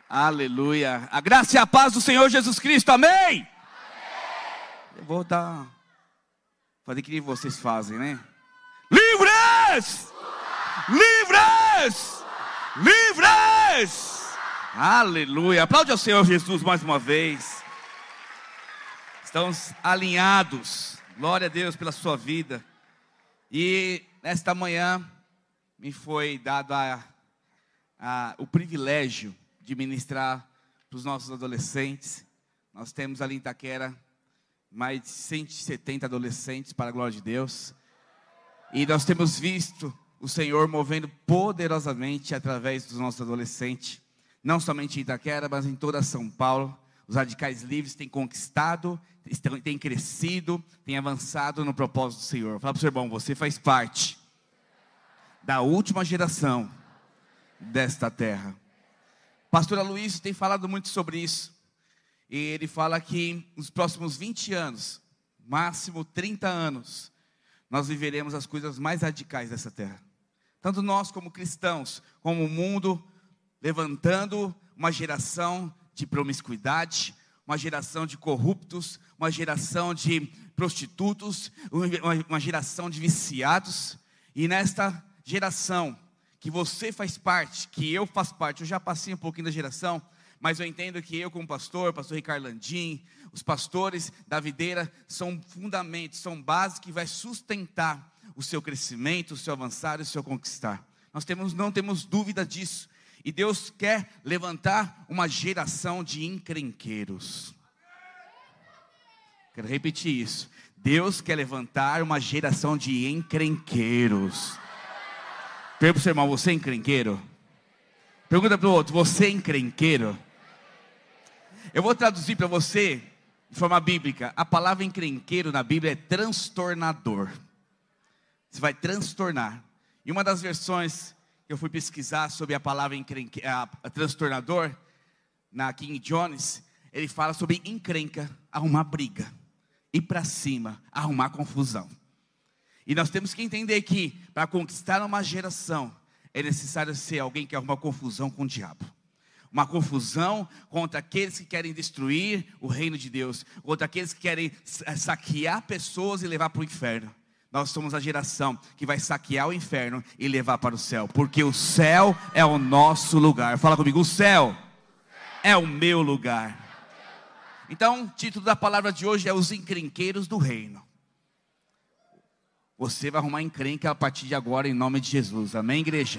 Aleluia. A graça e a paz do Senhor Jesus Cristo. Amém. Eu vou fazer que nem vocês fazem, né? Livres! Livres! Livres! Aleluia. Aplaude ao Senhor Jesus mais uma vez. Estamos alinhados. Glória a Deus pela sua vida. E nesta manhã me foi dado o privilégio de ministrar para os nossos adolescentes. Nós temos ali em Itaquera mais de 170 adolescentes, para a glória de Deus. E nós temos visto o Senhor movendo poderosamente através dos nossos adolescentes, não somente em Itaquera, mas em toda São Paulo. Os radicais livres têm conquistado, têm crescido, têm avançado no propósito do Senhor. Fala para o seu irmão, você faz parte da última geração desta terra. Pastor Aloysio tem falado muito sobre isso. E ele fala que nos próximos 20 anos, máximo 30 anos, nós viveremos as coisas mais radicais dessa terra. Tanto nós como cristãos, como o mundo, levantando uma geração de promiscuidade, uma geração de corruptos, uma geração de prostitutos, uma geração de viciados. E nesta geração que você faz parte, que eu faço parte, eu já passei um pouquinho da geração, mas eu entendo que eu como pastor Ricardo Landim, os pastores da videira são fundamentos, são bases que vai sustentar o seu crescimento, o seu avançar e o seu conquistar. Não temos dúvida disso. E Deus quer levantar uma geração de encrenqueiros. Quero repetir isso. Deus quer levantar uma geração de encrenqueiros. Pergunta para o seu irmão, você é encrenqueiro? Pergunta para o outro, você é encrenqueiro? Eu vou traduzir para você, de forma bíblica. A palavra encrenqueiro na Bíblia é transtornador. Você vai transtornar. E uma das versões que eu fui pesquisar sobre a palavra transtornador, na King James, ele fala sobre encrenca, arrumar briga, ir para cima, arrumar confusão. E nós temos que entender que para conquistar uma geração é necessário ser alguém que arruma confusão com o diabo. Uma confusão contra aqueles que querem destruir o reino de Deus, contra aqueles que querem saquear pessoas e levar para o inferno. Nós somos a geração que vai saquear o inferno e levar para o céu, porque o céu é o nosso lugar. Fala comigo, o céu é o meu lugar. Então, o título da palavra de hoje é os encrenqueiros do reino. Você vai arrumar encrenca a partir de agora, em nome de Jesus. Amém, igreja?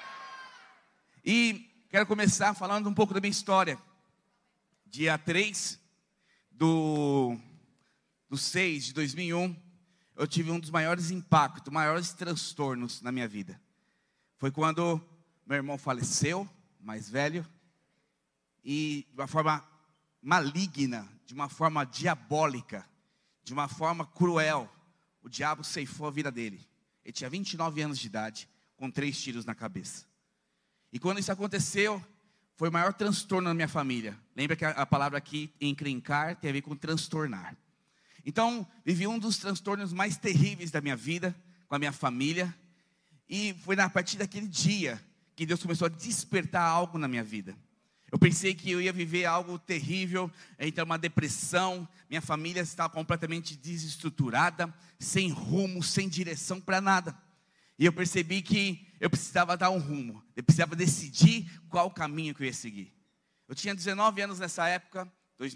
E quero começar falando um pouco da minha história. Dia 3 do 6 de 2001, eu tive um dos maiores impactos, maiores transtornos na minha vida. Foi quando meu irmão faleceu, mais velho, e de uma forma maligna, de uma forma diabólica, de uma forma cruel, o diabo ceifou a vida dele. Ele tinha 29 anos de idade, com 3 tiros na cabeça. E quando isso aconteceu, foi o maior transtorno na minha família. Lembra que a palavra aqui, encrencar, tem a ver com transtornar. Então, vivi um dos transtornos mais terríveis da minha vida, com a minha família. E foi a partir daquele dia que Deus começou a despertar algo na minha vida. Eu pensei que eu ia viver algo terrível, então uma depressão. Minha família estava completamente desestruturada, sem rumo, sem direção para nada. E eu percebi que eu precisava dar um rumo. Eu precisava decidir qual caminho que eu ia seguir. Eu tinha 19 anos nessa época,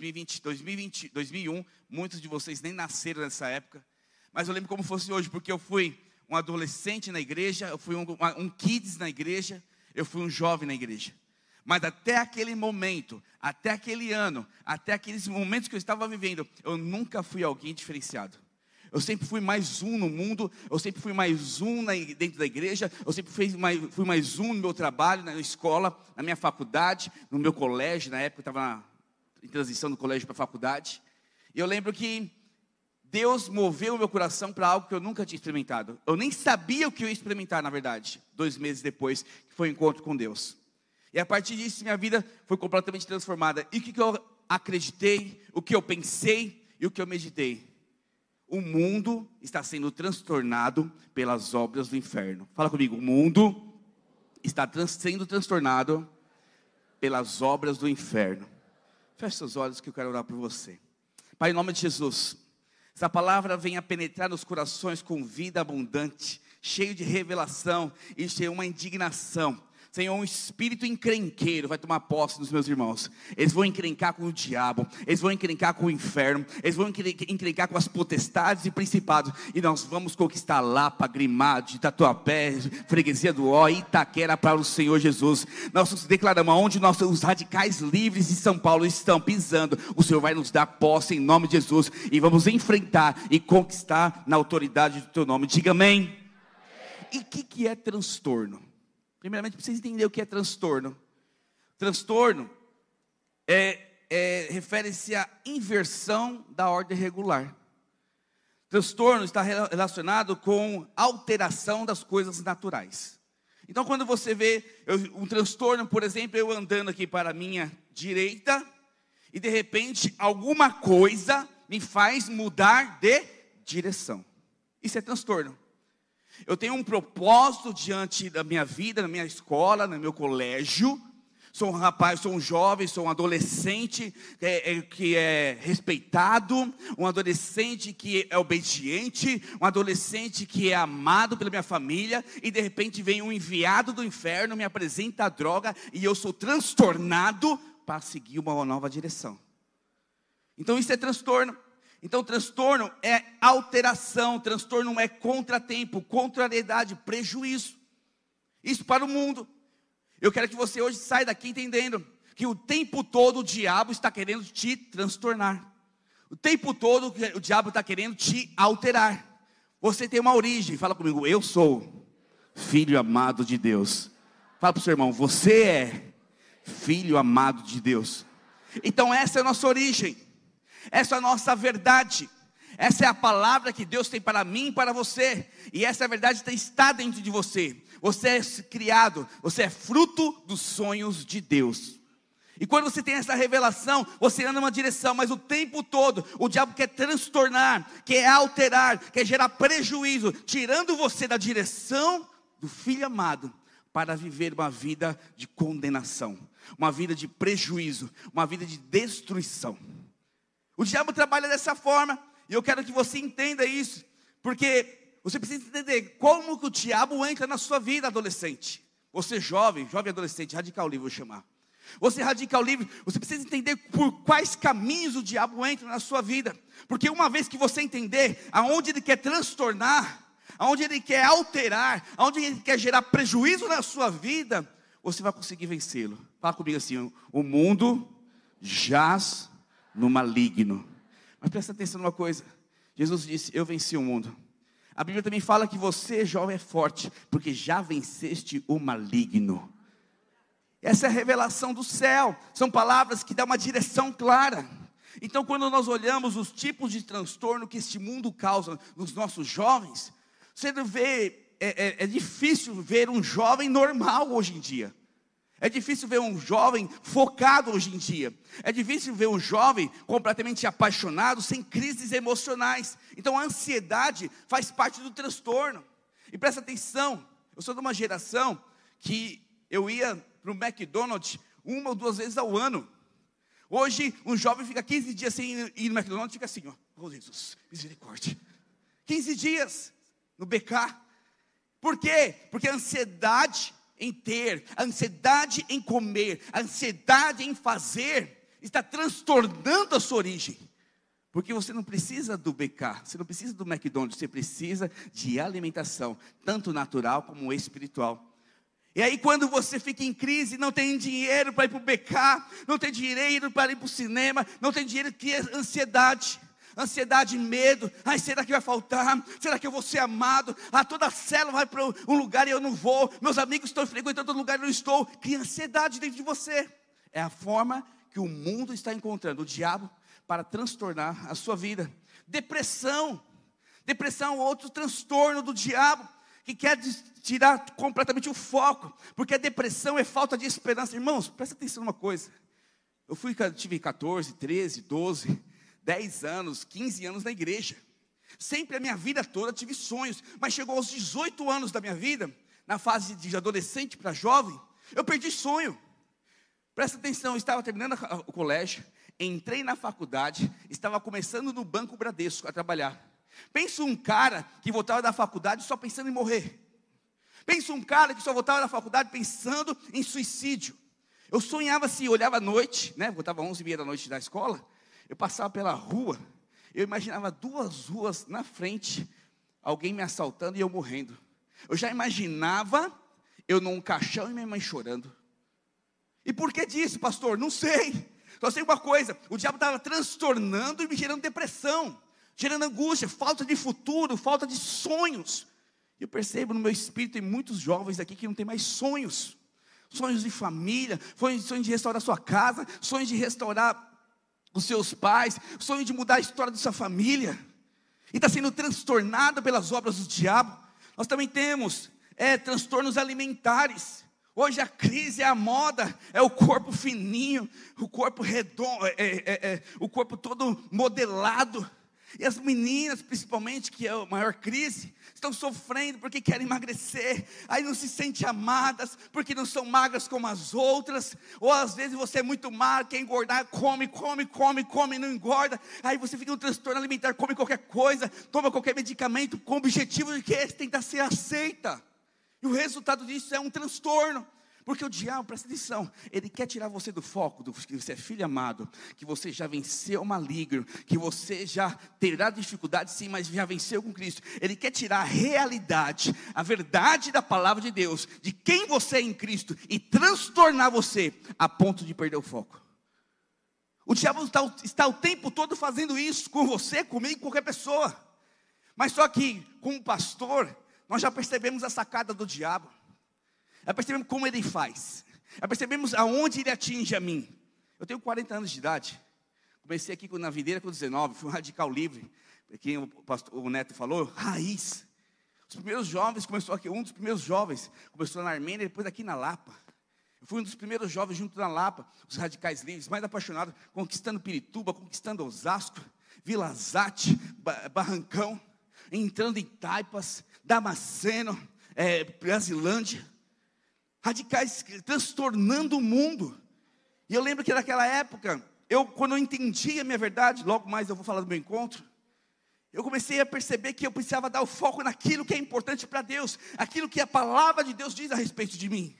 2001. Muitos de vocês nem nasceram nessa época. Mas eu lembro como fosse hoje, porque eu fui um adolescente na igreja, eu fui um kids na igreja, eu fui um jovem na igreja. Mas até aquele momento, até aquele ano, até aqueles momentos que eu estava vivendo, eu nunca fui alguém diferenciado. Eu sempre fui mais um no mundo, eu sempre fui mais um dentro da igreja, eu sempre fui mais um no meu trabalho, na escola, na minha faculdade, no meu colégio. Na época eu estava em transição do colégio para a faculdade. E eu lembro que Deus moveu o meu coração para algo que eu nunca tinha experimentado. Eu nem sabia o que eu ia experimentar, na verdade, 2 meses depois, que foi o encontro com Deus. E a partir disso, minha vida foi completamente transformada. E o que eu acreditei, o que eu pensei e o que eu meditei? O mundo está sendo transtornado pelas obras do inferno. Fala comigo, o mundo está sendo transtornado pelas obras do inferno. Feche seus olhos que eu quero orar por você. Pai, em nome de Jesus, essa palavra venha penetrar nos corações com vida abundante, cheio de revelação e cheio de uma indignação. Senhor, um espírito encrenqueiro vai tomar posse dos meus irmãos. Eles vão encrencar com o diabo, eles vão encrencar com o inferno, eles vão encrencar com as potestades e principados. E nós vamos conquistar Lapa, Grimado, Tatuapé, Freguesia do Ó, Itaquera para o Senhor Jesus. Nós declaramos onde os radicais livres de São Paulo estão pisando, o Senhor vai nos dar posse em nome de Jesus. E vamos enfrentar e conquistar na autoridade do teu nome. Diga amém. E o que é transtorno? Primeiramente, precisa entender o que é transtorno. Transtorno refere-se à inversão da ordem regular. Transtorno está relacionado com alteração das coisas naturais. Então, quando você vê um transtorno, por exemplo, eu andando aqui para a minha direita, e de repente alguma coisa me faz mudar de direção. Isso é transtorno. Eu tenho um propósito diante da minha vida, na minha escola, no meu colégio. Sou um rapaz, sou um jovem, sou um adolescente que é respeitado, um adolescente que é obediente, um adolescente que é amado pela minha família, e de repente vem um enviado do inferno, me apresenta a droga, e eu sou transtornado para seguir uma nova direção. Então isso é transtorno. Então transtorno é alteração, transtorno é contratempo, contrariedade, prejuízo. Isso para o mundo. Eu quero que você hoje saia daqui entendendo que o tempo todo o diabo está querendo te transtornar. O tempo todo o diabo está querendo te alterar. Você tem uma origem, fala comigo, eu sou filho amado de Deus. Fala para o seu irmão, você é filho amado de Deus. Então essa é a nossa origem. Essa é a nossa verdade. Essa é a palavra que Deus tem para mim e para você. E essa verdade está dentro de você. Você é criado, você é fruto dos sonhos de Deus. E quando você tem essa revelação, você anda numa direção, mas o tempo todo o diabo quer transtornar, quer alterar, quer gerar prejuízo, tirando você da direção do filho amado, para viver uma vida de condenação, uma vida de prejuízo, uma vida de destruição. O diabo trabalha dessa forma, e eu quero que você entenda isso, porque você precisa entender como que o diabo entra na sua vida, adolescente. Você jovem adolescente, radical livre, vou chamar. Você radical livre, você precisa entender por quais caminhos o diabo entra na sua vida. Porque uma vez que você entender aonde ele quer transtornar, aonde ele quer alterar, aonde ele quer gerar prejuízo na sua vida, você vai conseguir vencê-lo. Fala comigo assim, o mundo jaz no maligno. Mas presta atenção numa coisa. Jesus disse, eu venci o mundo. A Bíblia também fala que você, jovem, é forte, porque já venceste o maligno. Essa é a revelação do céu. São palavras que dão uma direção clara. Então quando nós olhamos os tipos de transtorno que este mundo causa nos nossos jovens, você vê, é difícil ver um jovem normal hoje em dia. É difícil ver um jovem focado hoje em dia. É difícil ver um jovem completamente apaixonado, sem crises emocionais. Então a ansiedade faz parte do transtorno. E presta atenção, eu sou de uma geração que eu ia para o McDonald's 1 ou 2 vezes ao ano. Hoje um jovem fica 15 dias sem ir no McDonald's, fica assim, ó, oh Jesus, misericórdia. 15 dias no BK. Por quê? Porque a ansiedade em ter, a ansiedade em comer, a ansiedade em fazer, está transtornando a sua origem. Porque você não precisa do BK, você não precisa do McDonald's, você precisa de alimentação, tanto natural como espiritual. E aí quando você fica em crise, não tem dinheiro para ir para o BK, não tem dinheiro para ir para o cinema, não tem dinheiro, que é ansiedade. Ansiedade, medo, ai, será que vai faltar? Será que eu vou ser amado? Toda a célula vai para um lugar e eu não vou. Meus amigos estão frequentando outro lugar e eu não estou. Cria ansiedade dentro de você. É a forma que o mundo está encontrando, o diabo, para transtornar a sua vida. Depressão. Depressão é outro transtorno do diabo, que quer tirar completamente o foco. Porque a depressão é falta de esperança. Irmãos, presta atenção numa coisa. Tive 14, 13, 12... 10 anos, 15 anos na igreja. Sempre a minha vida toda tive sonhos. Mas chegou aos 18 anos da minha vida, na fase de adolescente para jovem, eu perdi sonho. Presta atenção, eu estava terminando o colégio, entrei na faculdade, estava começando no Banco Bradesco a trabalhar. Pensa um cara que voltava da faculdade só pensando em morrer. Pensa um cara que só voltava da faculdade pensando em suicídio. Eu sonhava assim, olhava à noite, né? Voltava 11h30 da noite da escola, eu passava pela rua, eu imaginava 2 ruas na frente, alguém me assaltando e eu morrendo. Eu já imaginava eu num caixão e minha mãe chorando. E por que disso, pastor? Não sei. Só sei uma coisa, o diabo estava transtornando e me gerando depressão, gerando angústia, falta de futuro, falta de sonhos. E eu percebo no meu espírito, tem muitos jovens aqui que não tem mais sonhos. Sonhos de família, sonhos de restaurar sua casa, sonhos de restaurar os seus pais, sonhos de mudar a história da sua família. E está sendo transtornado pelas obras do diabo. Nós também temos transtornos alimentares. Hoje a crise é a moda, é o corpo fininho, o corpo redondo, o corpo todo modelado. E as meninas, principalmente, que é a maior crise, estão sofrendo porque querem emagrecer, aí não se sentem amadas, porque não são magras como as outras, ou às vezes você é muito magro, quer engordar, come, não engorda, aí você fica no transtorno alimentar, come qualquer coisa, toma qualquer medicamento, com o objetivo de que tentar ser aceita, e o resultado disso é um transtorno. Porque o diabo, presta atenção, ele quer tirar você do foco, que você é filho amado, que você já venceu o maligno, que você já terá dificuldade sim, mas já venceu com Cristo. Ele quer tirar a realidade, a verdade da palavra de Deus, de quem você é em Cristo, e transtornar você a ponto de perder o foco. O diabo está o tempo todo fazendo isso com você, comigo, com qualquer pessoa. Mas só que, como pastor, nós já percebemos a sacada do diabo. Já percebemos como ele faz. Já percebemos aonde ele atinge a mim. Eu tenho 40 anos de idade. Comecei aqui na videira com 19. Fui um radical livre. Quem o Neto falou, raiz. Os primeiros jovens, começou aqui, um dos primeiros jovens, começou na Armênia, depois aqui na Lapa. Eu fui um dos primeiros jovens junto na Lapa, os radicais livres, mais apaixonados, conquistando Pirituba, conquistando Osasco, Vila Zate, Barrancão, entrando em Taipas, Damasceno, Brasilândia. Radicais transtornando o mundo. E eu lembro que naquela época, quando eu entendi a minha verdade, logo mais eu vou falar do meu encontro, eu comecei a perceber que eu precisava dar o foco naquilo que é importante para Deus, aquilo que a palavra de Deus diz a respeito de mim.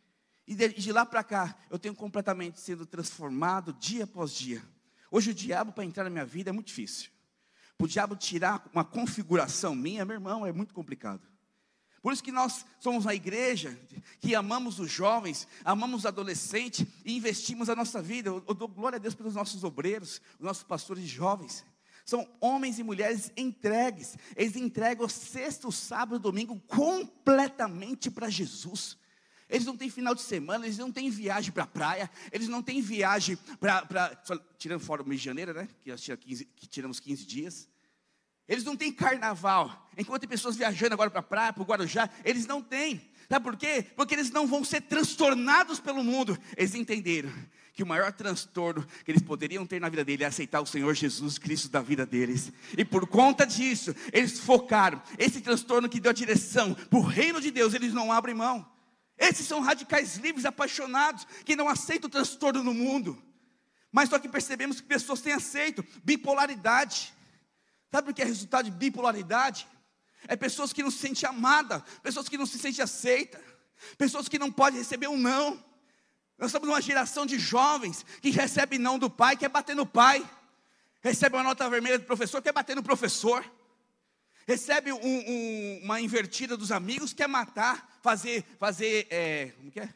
E de lá para cá, eu tenho completamente sido transformado dia após dia. Hoje o diabo, para entrar na minha vida, é muito difícil. Para o diabo tirar uma configuração minha, meu irmão, é muito complicado. Por isso que nós somos uma igreja que amamos os jovens, amamos os adolescentes e investimos a nossa vida. Eu dou glória a Deus pelos nossos obreiros, os nossos pastores jovens. São homens e mulheres entregues. Eles entregam sexta, sábado, domingo completamente para Jesus. Eles não têm final de semana, eles não têm viagem para a praia, eles não têm viagem tirando fora o mês de janeiro, né? Que tiramos 15 dias. Eles não têm carnaval. Enquanto tem pessoas viajando agora para a praia, para o Guarujá, eles não têm. Sabe por quê? Porque eles não vão ser transtornados pelo mundo. Eles entenderam que o maior transtorno que eles poderiam ter na vida dele é aceitar o Senhor Jesus Cristo da vida deles. E por conta disso, eles focaram. Esse transtorno que deu a direção para o reino de Deus, eles não abrem mão. Esses são radicais livres, apaixonados, que não aceitam o transtorno no mundo. Mas só que percebemos que pessoas têm aceito bipolaridade. Sabe o que é resultado de bipolaridade? É pessoas que não se sentem amadas, pessoas que não se sentem aceitas, pessoas que não podem receber um não. Nós somos uma geração de jovens que recebe não do pai, quer bater no pai. Recebe uma nota vermelha do professor, quer bater no professor. Recebe uma invertida dos amigos, quer matar, fazer como que é?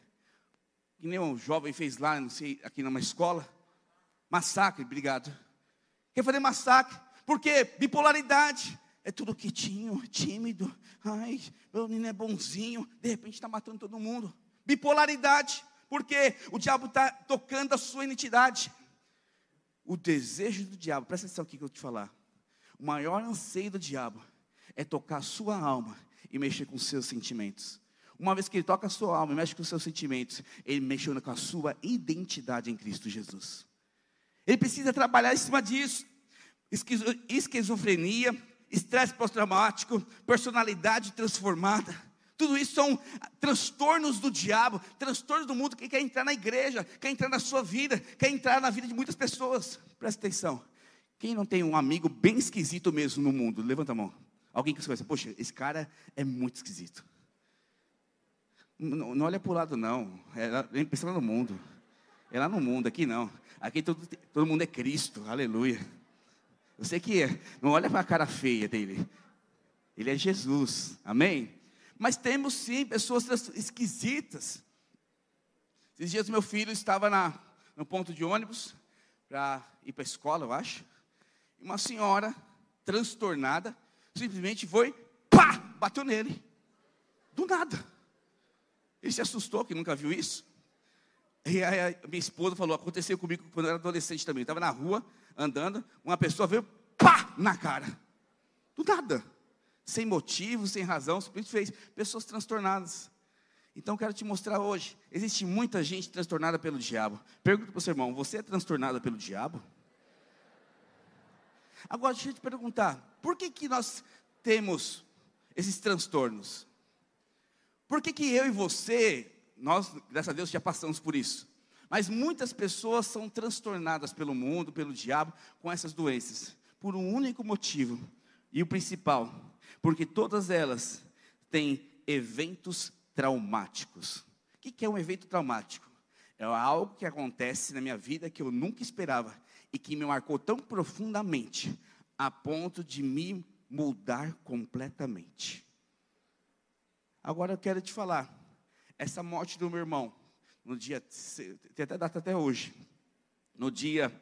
Que nem um jovem fez lá, não sei, aqui numa escola. Massacre, obrigado. Quer fazer massacre. Por quê? Bipolaridade. É tudo quietinho, tímido. Ai, meu menino é bonzinho. De repente está matando todo mundo. Bipolaridade. Por quê? O diabo está tocando a sua identidade. O desejo do diabo, presta atenção aqui que eu vou te falar. O maior anseio do diabo é tocar a sua alma e mexer com os seus sentimentos. Uma vez que ele toca a sua alma e mexe com os seus sentimentos, ele mexeu com a sua identidade em Cristo Jesus. Ele precisa trabalhar em cima disso. Esquizofrenia, estresse pós-traumático, personalidade transformada. Tudo isso são transtornos do diabo, transtornos do mundo que quer entrar na igreja, quer entrar na sua vida, quer entrar na vida de muitas pessoas. Presta atenção. Quem não tem um amigo bem esquisito mesmo no mundo? Levanta a mão. Alguém que você conhece, poxa, esse cara é muito esquisito. Não olha para o lado não, pensa lá no mundo. É lá no mundo, aqui não. Aqui todo mundo é Cristo, aleluia. Eu sei que não olha para a cara feia dele. Ele é Jesus, amém? Mas temos sim pessoas esquisitas. Esses dias meu filho estava no ponto de ônibus, para ir para a escola, eu acho. E uma senhora, transtornada, simplesmente foi, pá, bateu nele. Do nada. Ele se assustou, que nunca viu isso. E aí a minha esposa falou, aconteceu comigo quando eu era adolescente também. Eu estava na rua, andando, uma pessoa veio, pá, na cara. Do nada. Sem motivo, sem razão, simplesmente fez. Pessoas transtornadas. Então eu quero te mostrar hoje. Existe muita gente transtornada pelo diabo. Pergunta para o seu irmão, você é transtornada pelo diabo? Agora deixa eu te perguntar, por que nós temos esses transtornos? Por que eu e você, nós, graças a Deus, já passamos por isso. Mas muitas pessoas são transtornadas pelo mundo, pelo diabo, com essas doenças. Por um único motivo, e o principal, porque todas elas têm eventos traumáticos. O que é um evento traumático? É algo que acontece na minha vida que eu nunca esperava e que me marcou tão profundamente, a ponto de me mudar completamente. Agora eu quero te falar, essa morte do meu irmão, no dia, tem até data até hoje, no dia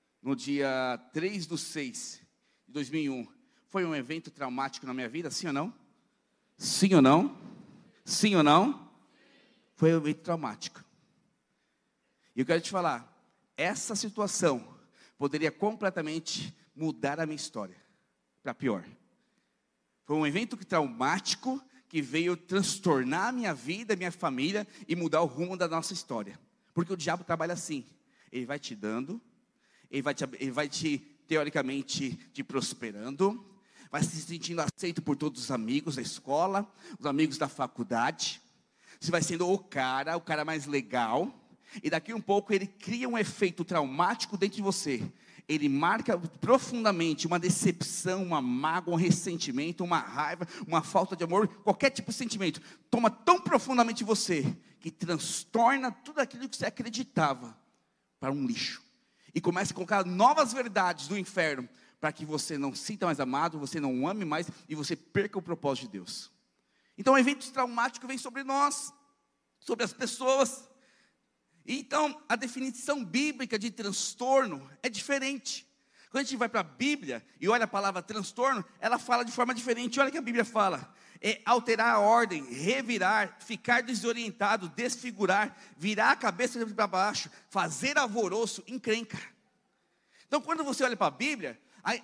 3/6/2001, foi um evento traumático na minha vida, sim ou não? Sim ou não? Sim ou não? Foi um evento traumático. E eu quero te falar, essa situação poderia completamente mudar a minha história, para pior. Foi um evento traumático que veio transtornar a minha vida, a minha família e mudar o rumo da nossa história. Porque o diabo trabalha assim, ele vai te dando, ele vai te teoricamente, te prosperando, vai se sentindo aceito por todos os amigos da escola, os amigos da faculdade, você vai sendo o cara mais legal, e daqui um pouco ele cria um efeito traumático dentro de você. Ele marca profundamente uma decepção, uma mágoa, um ressentimento, uma raiva, uma falta de amor, qualquer tipo de sentimento. Toma tão profundamente você, que transtorna tudo aquilo que você acreditava para um lixo. E começa a colocar novas verdades do inferno, para que você não se sinta mais amado, você não ame mais, e você perca o propósito de Deus. Então, eventos traumáticos vêm sobre nós, sobre as pessoas. Então, a definição bíblica de transtorno é diferente. Quando a gente vai para a Bíblia e olha a palavra transtorno, ela fala de forma diferente. Olha o que a Bíblia fala: é alterar a ordem, revirar, ficar desorientado, desfigurar, virar a cabeça para baixo, fazer alvoroço, encrenca. Então, quando você olha para a Bíblia,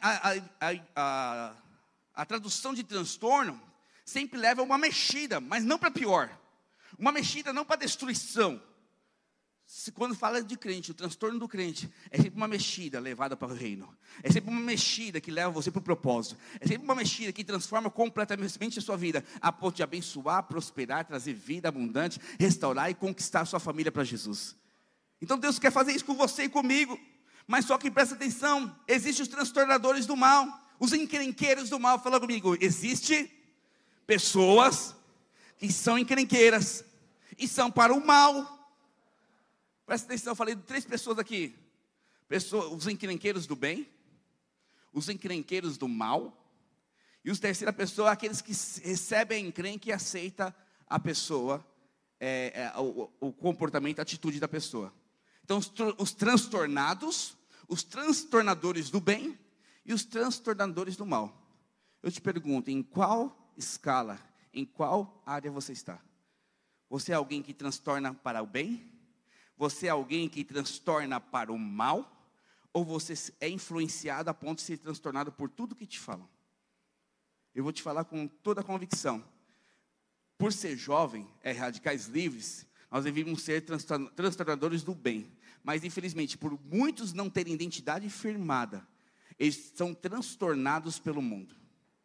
a tradução de transtorno sempre leva a uma mexida, mas não para pior. Uma mexida não para destruição. Quando fala de crente, o transtorno do crente é sempre uma mexida levada para o reino. É sempre uma mexida que leva você para o propósito. É sempre uma mexida que transforma completamente a sua vida, a ponto de abençoar, prosperar, trazer vida abundante, restaurar e conquistar a sua família para Jesus. Então Deus quer fazer isso com você e comigo. Mas só que presta atenção, existem os transtornadores do mal, os encrenqueiros do mal. Fala comigo, existe pessoas que são encrenqueiras e são para o mal. Presta atenção, eu falei de 3 pessoas aqui. Os encrenqueiros do bem, os encrenqueiros do mal, e os terceira pessoa, aqueles que recebem a encrenca e aceitam a pessoa, o comportamento, a atitude da pessoa. Então, os transtornados, os transtornadores do bem e os transtornadores do mal. Eu te pergunto, em qual escala, em qual área você está? Você é alguém que transtorna para o bem? Você é alguém que transtorna para o mal? Ou você é influenciado a ponto de ser transtornado por tudo que te falam? Eu vou te falar com toda a convicção. Por ser jovem, radicais livres, nós devíamos ser transtornadores do bem. Mas infelizmente, por muitos não terem identidade firmada, eles são transtornados pelo mundo.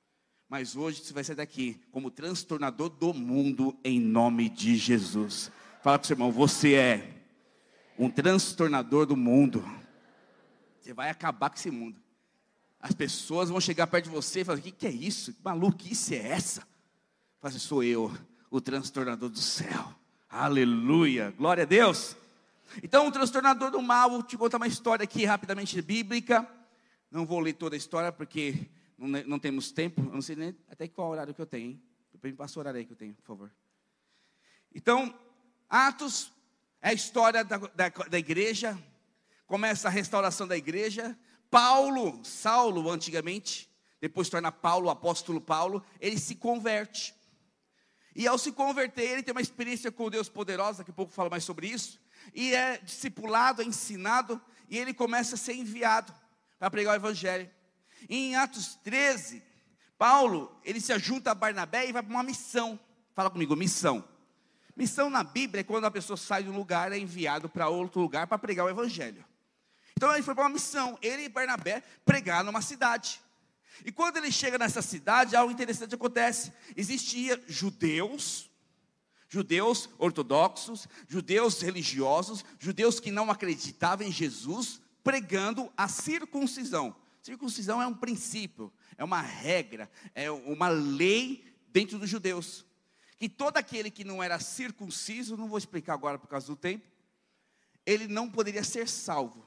Mas hoje você vai sair daqui como transtornador do mundo, em nome de Jesus. Fala para o seu irmão, você é um transtornador do mundo. Você vai acabar com esse mundo. As pessoas vão chegar perto de você e falar, o que é isso? Que maluquice é essa? Fala assim, sou eu, o transtornador do céu. Aleluia, glória a Deus. Então, o transtornador do mal, vou te contar uma história aqui rapidamente bíblica. Não vou ler toda a história porque não temos tempo. Eu não sei nem até qual horário que eu tenho, hein? Me passa o horário aí que eu tenho, por favor. Então, Atos é a história da igreja. Começa a restauração da igreja. Saulo antigamente, depois se torna Paulo, o apóstolo Paulo, ele se converte. E ao se converter, ele tem uma experiência com Deus poderosa, daqui a pouco eu falo mais sobre isso. E é discipulado, é ensinado, e ele começa a ser enviado para pregar o evangelho. E em Atos 13, Paulo, ele se junta a Barnabé e vai para uma missão. Fala comigo, missão. Missão na Bíblia é quando a pessoa sai de um lugar, é enviado para outro lugar para pregar o evangelho. Então ele foi para uma missão, ele e Barnabé pregaram numa cidade. E quando ele chega nessa cidade, algo interessante acontece. Existia judeus ortodoxos, judeus religiosos, judeus que não acreditavam em Jesus, pregando a circuncisão. Circuncisão é um princípio, é uma regra, é uma lei dentro dos judeus. Que todo aquele que não era circunciso, não vou explicar agora por causa do tempo, ele não poderia ser salvo.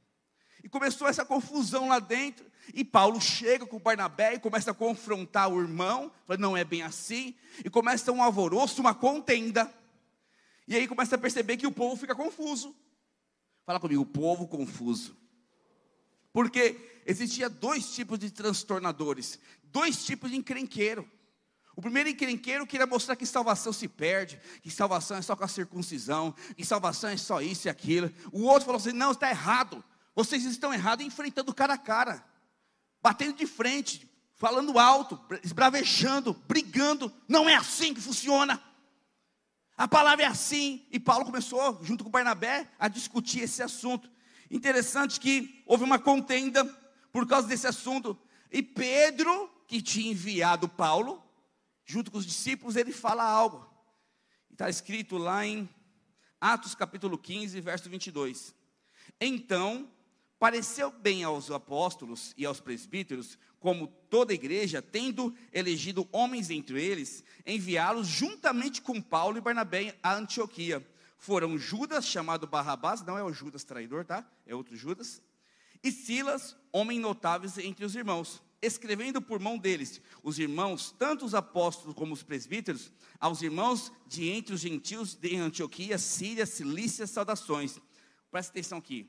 E começou essa confusão lá dentro, e Paulo chega com Barnabé e começa a confrontar o irmão, fala, não é bem assim, e começa um alvoroço, uma contenda, e aí começa a perceber que o povo fica confuso. Fala comigo, o povo confuso. Porque existia dois tipos de transtornadores, dois tipos de encrenqueiro. O primeiro encrenqueiro queria mostrar que salvação se perde, que salvação é só com a circuncisão, que salvação é só isso e aquilo. O outro falou assim, não, está errado. Vocês estão errados enfrentando cara a cara, batendo de frente, falando alto, esbravejando, brigando. Não é assim que funciona. A palavra é assim. E Paulo começou, junto com Barnabé, a discutir esse assunto. Interessante que houve uma contenda por causa desse assunto. E Pedro, que tinha enviado Paulo, junto com os discípulos, ele fala algo. Está escrito lá em Atos capítulo 15, verso 22. Então, pareceu bem aos apóstolos e aos presbíteros, como toda a igreja, tendo elegido homens entre eles, enviá-los juntamente com Paulo e Barnabé a Antioquia. Foram Judas, chamado Barrabás, não é o Judas traidor, tá? É outro Judas. E Silas, homens notáveis entre os irmãos, escrevendo por mão deles, os irmãos, tanto os apóstolos como os presbíteros, aos irmãos de entre os gentios de Antioquia, Síria, Cilícia, saudações. Presta atenção aqui.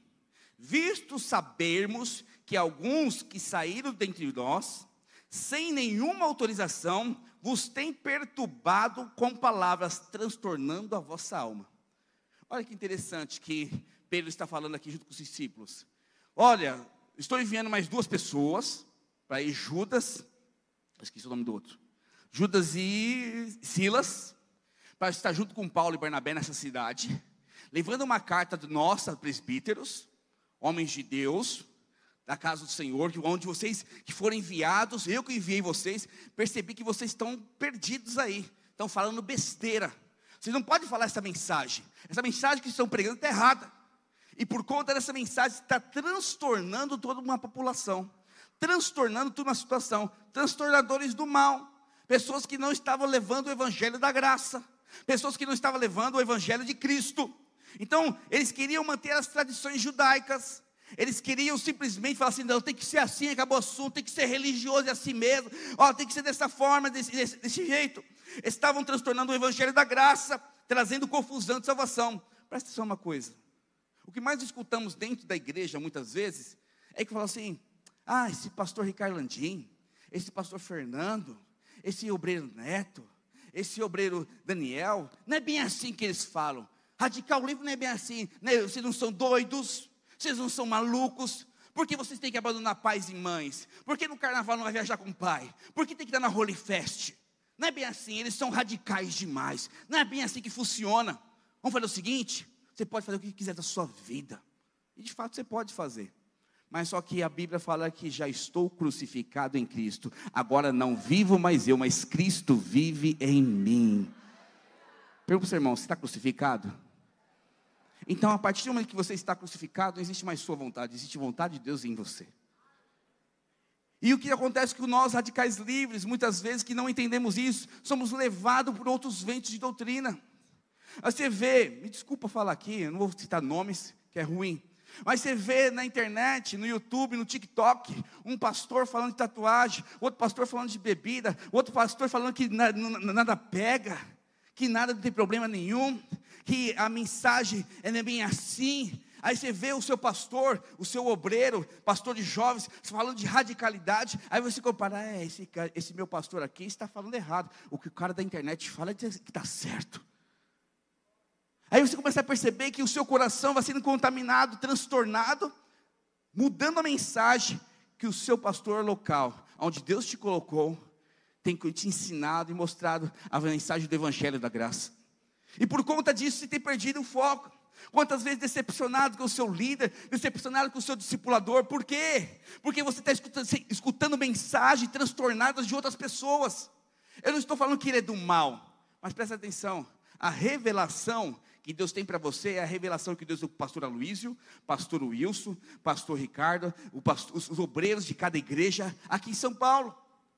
Visto sabermos que alguns que saíram dentre nós, sem nenhuma autorização, vos têm perturbado com palavras, transtornando a vossa alma. Olha que interessante que Pedro está falando aqui junto com os discípulos. Olha, estou enviando mais duas pessoas, para ir Judas, esqueci o nome do outro, Judas e Silas, para estar junto com Paulo e Barnabé nessa cidade, levando uma carta nossa, presbíteros, homens de Deus, da casa do Senhor, onde vocês que foram enviados, eu que enviei vocês, percebi que vocês estão perdidos aí, estão falando besteira. Vocês não podem falar essa mensagem que estão pregando está errada. E por conta dessa mensagem está transtornando toda uma população, transtornando toda uma situação, transtornadores do mal, pessoas que não estavam levando o evangelho da graça, pessoas que não estavam levando o evangelho de Cristo. Então, eles queriam manter as tradições judaicas, eles queriam simplesmente falar assim, não, tem que ser assim, acabou o assunto, tem que ser religioso, é assim mesmo, tem que ser dessa forma, desse jeito. Estavam transtornando o evangelho da graça, trazendo confusão de salvação. Presta atenção uma coisa, o que mais escutamos dentro da igreja, muitas vezes, é que falam assim, esse pastor Ricardo Landim, esse pastor Fernando, esse obreiro Neto, esse obreiro Daniel, não é bem assim que eles falam. Radical livre não é bem assim, né? Vocês não são doidos, vocês não são malucos, porque vocês têm que abandonar pais e mães, porque no carnaval não vai viajar com o pai, porque tem que estar na Holy Fest. Não é bem assim, eles são radicais demais, não é bem assim que funciona. Vamos fazer o seguinte, você pode fazer o que quiser da sua vida, e de fato você pode fazer, Mas só que a Bíblia fala que já estou crucificado em Cristo. Agora não vivo mais eu, mas Cristo vive em mim. Pergunta para o seu irmão, você está crucificado? Então, a partir do momento que você está crucificado, não existe mais sua vontade, existe vontade de Deus em você. E o que acontece é que nós, radicais livres, muitas vezes que não entendemos isso, somos levados por outros ventos de doutrina. Você vê, me desculpa falar aqui, eu não vou citar nomes, que é ruim. Mas você vê na internet, no YouTube, no TikTok, um pastor falando de tatuagem, outro pastor falando de bebida, outro pastor falando que nada pega, que nada tem problema nenhum, que a mensagem não é bem assim. Aí você vê o seu pastor, o seu obreiro, pastor de jovens, falando de radicalidade. Aí você compara, esse meu pastor aqui está falando errado. O que o cara da internet fala é que está certo. Aí você começa a perceber que o seu coração vai sendo contaminado, transtornado, mudando a mensagem que o seu pastor local, onde Deus te colocou, tem te ensinado e mostrado a mensagem do Evangelho da Graça. E por conta disso você tem perdido o foco. Quantas vezes decepcionado com o seu líder, decepcionado com o seu discipulador, por quê? Porque você está escutando mensagens transtornadas de outras pessoas. Eu não estou falando que ele é do mal, mas presta atenção, a revelação que Deus tem para você é a revelação que Deus deu para o pastor Aloísio, pastor Wilson, pastor Ricardo, os obreiros de cada igreja aqui em São Paulo.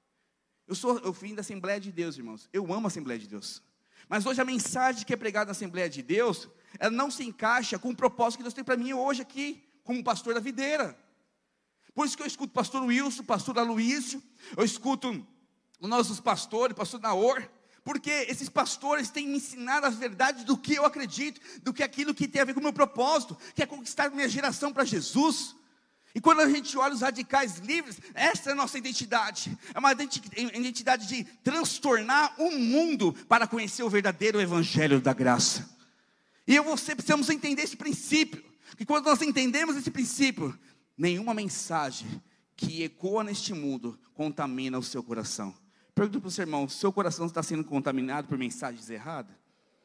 Eu vim da Assembleia de Deus, irmãos, eu amo a Assembleia de Deus. Mas hoje a mensagem que é pregada na Assembleia de Deus, ela não se encaixa com o propósito que Deus tem para mim hoje aqui, como pastor da videira. Por isso que eu escuto o pastor Wilson, pastor Aloísio, eu escuto os nossos pastores, pastor Naor, porque esses pastores têm me ensinado as verdades do que eu acredito, do que aquilo que tem a ver com o meu propósito, que é conquistar minha geração para Jesus. E quando a gente olha os radicais livres, essa é a nossa identidade. É uma identidade de transtornar o mundo para conhecer o verdadeiro Evangelho da Graça. E eu e você precisamos entender esse princípio. Que quando nós entendemos esse princípio, nenhuma mensagem que ecoa neste mundo contamina o seu coração. Pergunta para o seu irmão, seu coração está sendo contaminado por mensagens erradas?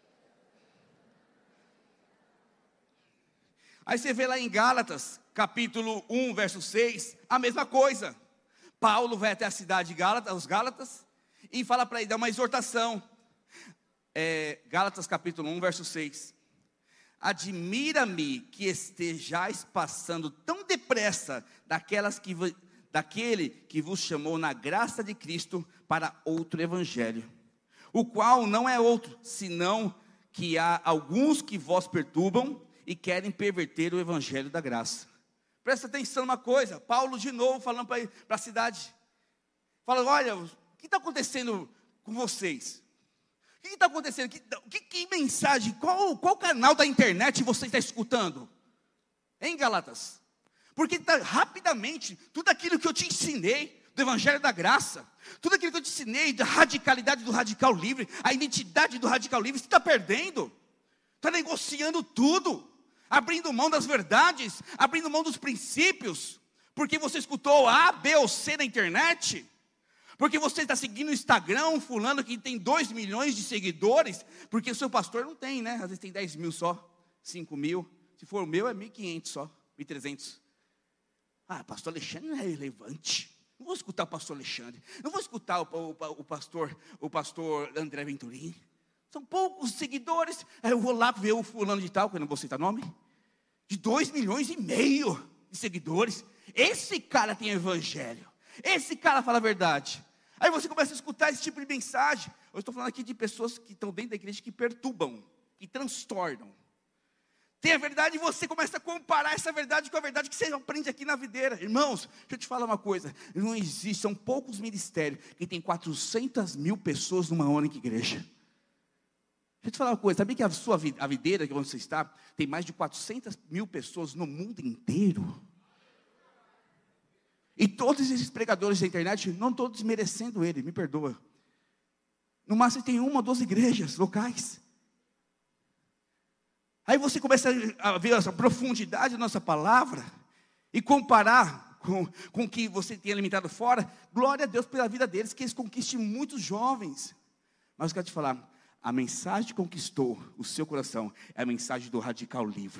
Aí você vê lá em Gálatas, capítulo 1, verso 6, a mesma coisa. Paulo vai até a cidade de Gálatas, os Gálatas, e fala para ele, dá uma exortação. Gálatas capítulo 1, verso 6. Admira-me que estejais passando tão depressa daquele que vos chamou na graça de Cristo para outro evangelho, o qual não é outro, senão que há alguns que vos perturbam e querem perverter o evangelho da graça. Presta atenção numa coisa, Paulo de novo falando para a cidade, falando, olha, o que está acontecendo com vocês? O que está acontecendo? Que mensagem, qual canal da internet você está escutando? Em Gálatas? Porque rapidamente, tudo aquilo que eu te ensinei, do Evangelho da Graça, tudo aquilo que eu te ensinei, da radicalidade do radical livre, a identidade do radical livre, você está perdendo, está negociando tudo, abrindo mão das verdades, abrindo mão dos princípios, porque você escutou A, B ou C na internet, porque você está seguindo o Instagram, um fulano que tem 2 milhões de seguidores, porque o seu pastor não tem, né? Às vezes tem 10 mil só, 5 mil, se for o meu é 1.500 só, 1.300. Pastor Alexandre não é relevante, não vou escutar o pastor Alexandre, não vou escutar o pastor André Venturim, são poucos seguidores, aí eu vou lá ver o fulano de tal, que eu não vou citar nome, de 2,5 milhões de seguidores, esse cara tem evangelho, esse cara fala a verdade. Aí você começa a escutar esse tipo de mensagem. Eu estou falando aqui de pessoas que estão dentro da igreja, que perturbam, que transtornam. Tem a verdade e você começa a comparar essa verdade com a verdade que você aprende aqui na videira. Irmãos, deixa eu te falar uma coisa, não existe, são poucos ministérios que tem 400 mil pessoas numa única igreja. Deixa eu te falar uma coisa, sabia que a videira, que onde você está, tem mais de 400 mil pessoas no mundo inteiro? E todos esses pregadores da internet, não estou desmerecendo ele, me perdoa. No máximo tem 1 ou 2 igrejas locais. Aí você começa a ver a profundidade da nossa palavra e comparar com o que você tem alimentado fora. Glória a Deus pela vida deles, que eles conquistem muitos jovens. Mas eu quero te falar, a mensagem que conquistou o seu coração é a mensagem do radical livre.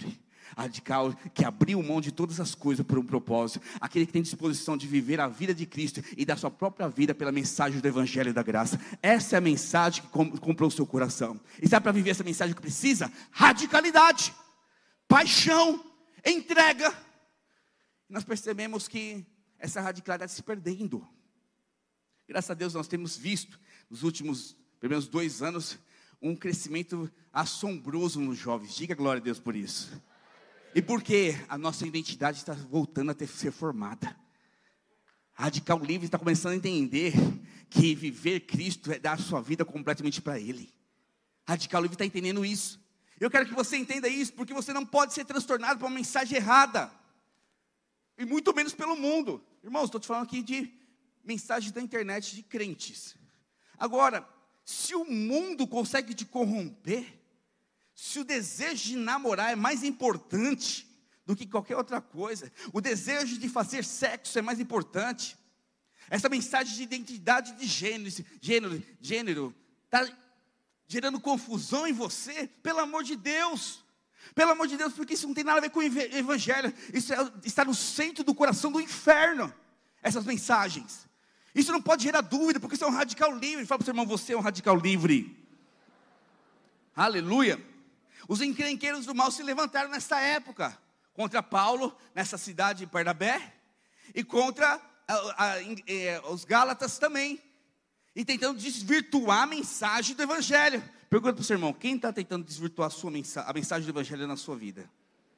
Radical que abriu mão de todas as coisas por um propósito. Aquele que tem disposição de viver a vida de Cristo e dar sua própria vida pela mensagem do Evangelho da Graça. Essa é a mensagem que comprou o seu coração. E sabe para viver essa mensagem que precisa? Radicalidade, paixão, entrega. E nós percebemos que essa radicalidade se perdendo. Graças a Deus nós temos visto nos últimos, pelo menos 2 anos, um crescimento assombroso nos jovens. Diga glória a Deus por isso. E porque a nossa identidade está voltando a ser formada. Radical Livre está começando a entender que viver Cristo é dar a sua vida completamente para Ele. Radical Livre está entendendo isso. Eu quero que você entenda isso, porque você não pode ser transtornado por uma mensagem errada. E muito menos pelo mundo. Irmãos, estou te falando aqui de mensagens da internet de crentes. Agora, se o mundo consegue te corromper, se o desejo de namorar é mais importante do que qualquer outra coisa, o desejo de fazer sexo é mais importante, essa mensagem de identidade de gênero, está gerando confusão em você, pelo amor de Deus, porque isso não tem nada a ver com o Evangelho, isso está no centro do coração do inferno, essas mensagens. Isso não pode gerar dúvida, porque você é um radical livre. Fala para o seu irmão, você é um radical livre. Aleluia. Os encrenqueiros do mal se levantaram nessa época, contra Paulo, nessa cidade de Barnabé, e contra os Gálatas também, e tentando desvirtuar a mensagem do Evangelho. Pergunta para o seu irmão, quem está tentando desvirtuar a mensagem do Evangelho na sua vida?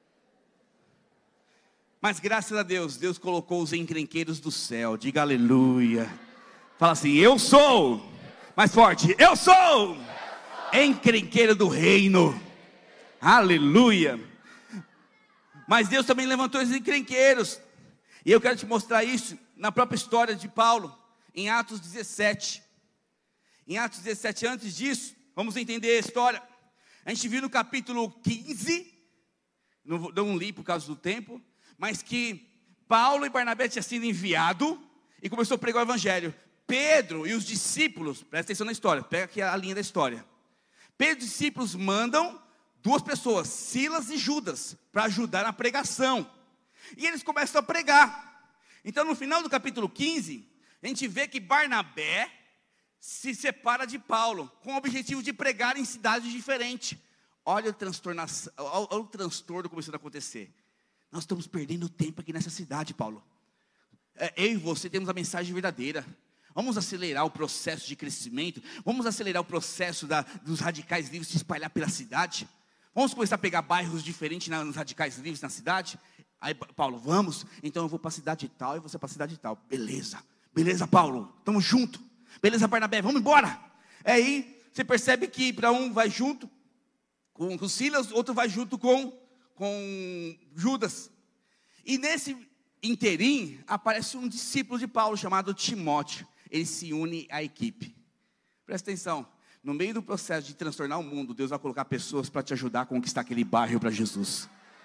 Mas graças a Deus, Deus colocou os encrenqueiros do céu. Diga aleluia. Fala assim, eu sou. Mais forte, eu sou encrenqueiro do reino. Aleluia. Mas Deus também levantou os encrenqueiros. E eu quero te mostrar isso na própria história de Paulo, em Atos 17. Em Atos 17, antes disso, vamos entender a história. A gente viu no capítulo 15, não li por causa do tempo, mas que Paulo e Barnabé tinham sido enviados e começou a pregar o Evangelho. Pedro e os discípulos, presta atenção na história, pega aqui a linha da história. Pedro e os discípulos mandam 2 pessoas, Silas e Judas, para ajudar na pregação. E eles começam a pregar. Então no final do capítulo 15, a gente vê que Barnabé se separa de Paulo, com o objetivo de pregar em cidades diferentes. Olha o transtorno começando a acontecer. Nós estamos perdendo tempo aqui nessa cidade, Paulo. Eu e você temos a mensagem verdadeira. Vamos acelerar o processo de crescimento. Vamos acelerar o processo dos radicais livres se espalhar pela cidade. Vamos começar a pegar bairros diferentes nos radicais livres na cidade. Aí Paulo, vamos? Então eu vou para a cidade tal e você para a cidade tal. Beleza Paulo, estamos juntos. Beleza Barnabé, vamos embora. Aí você percebe que para um vai junto com Silas, outro vai junto com Judas. E nesse interim aparece um discípulo de Paulo chamado Timóteo. Ele se une à equipe. Presta atenção, no meio do processo de transtornar o mundo, Deus vai colocar pessoas para te ajudar a conquistar aquele bairro para Jesus.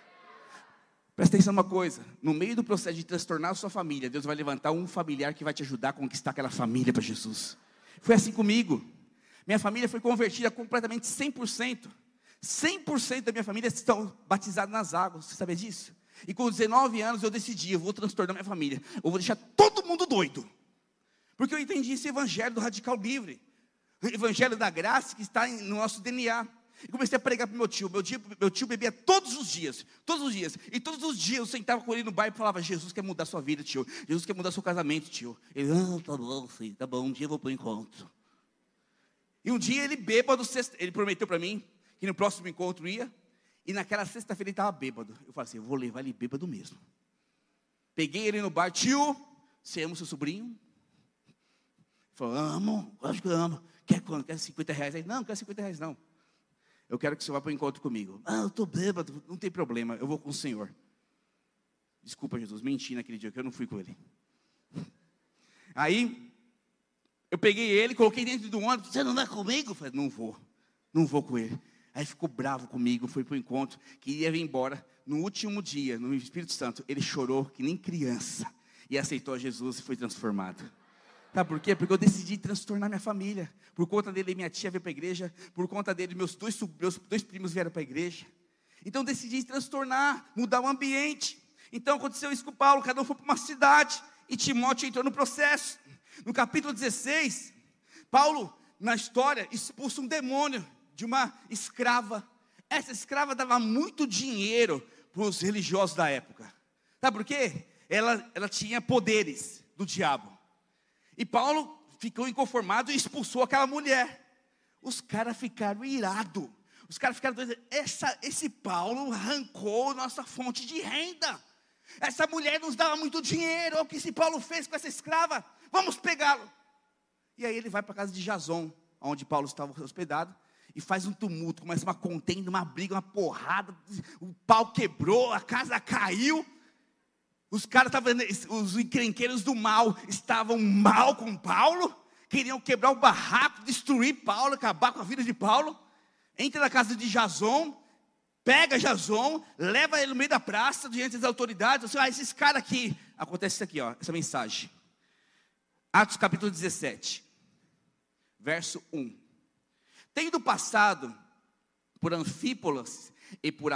Presta atenção numa coisa, no meio do processo de transtornar a sua família, Deus vai levantar um familiar que vai te ajudar a conquistar aquela família para Jesus. Foi assim comigo. Minha família foi convertida completamente 100%. 100% da minha família estão batizados nas águas, você sabia disso? E com 19 anos eu decidi, eu vou transtornar minha família, eu vou deixar todo mundo doido, porque eu entendi esse evangelho do radical livre, o evangelho da graça que está no nosso DNA. E comecei a pregar para meu tio bebia todos os dias, e todos os dias eu sentava com ele no bar e falava, Jesus quer mudar sua vida, tio, Jesus quer mudar seu casamento, tio. Ele, tá bom, filho, tá bom, um dia eu vou para o encontro. E um dia ele bêbado, ele prometeu para mim, que no próximo encontro ia, e naquela sexta-feira ele estava bêbado. Eu falei assim, eu vou levar ele bêbado mesmo. Peguei ele no bar, tio, você ama o seu sobrinho? Ele falou, amo, acho que eu amo. Quer quanto? Quer 50 reais? Ele, não quer 50 reais não. Eu quero que você vá para o encontro comigo. Eu estou bêbado, não tem problema, eu vou com o Senhor. Desculpa, Jesus, menti naquele dia que eu não fui com ele. Aí, eu peguei ele, coloquei dentro do ônibus, você não vai comigo? Eu falei, não vou com ele. Aí ficou bravo comigo, foi para o encontro, queria vir embora. No último dia, no Espírito Santo, ele chorou que nem criança, e aceitou Jesus e foi transformado. Sabe por quê? Porque eu decidi transtornar minha família. Por conta dele, minha tia veio para a igreja. Por conta dele, meus dois primos vieram para a igreja. Então decidi transtornar, mudar o ambiente. Então aconteceu isso com Paulo, cada um foi para uma cidade, e Timóteo entrou no processo. No capítulo 16, Paulo, na história, expulsa um demônio de uma escrava. Essa escrava dava muito dinheiro para os religiosos da época. Sabe por quê? Ela tinha poderes do diabo. E Paulo ficou inconformado e expulsou aquela mulher. Os caras ficaram irados. Os caras ficaram doidos. Esse Paulo arrancou nossa fonte de renda. Essa mulher nos dava muito dinheiro. Olha o que esse Paulo fez com essa escrava. Vamos pegá-lo. E aí ele vai para a casa de Jason, onde Paulo estava hospedado, e faz um tumulto, começa uma contenda, uma briga, uma porrada. O pau quebrou, a casa caiu. Os caras estavam, os encrenqueiros do mal, estavam mal com Paulo, queriam quebrar o barraco, destruir Paulo, acabar com a vida de Paulo. Entra na casa de Jason, pega Jason, leva ele no meio da praça, diante das autoridades. Assim, esses caras aqui, acontece isso aqui, ó, essa mensagem. Atos capítulo 17, verso 1. Tendo passado por Anfípolis e por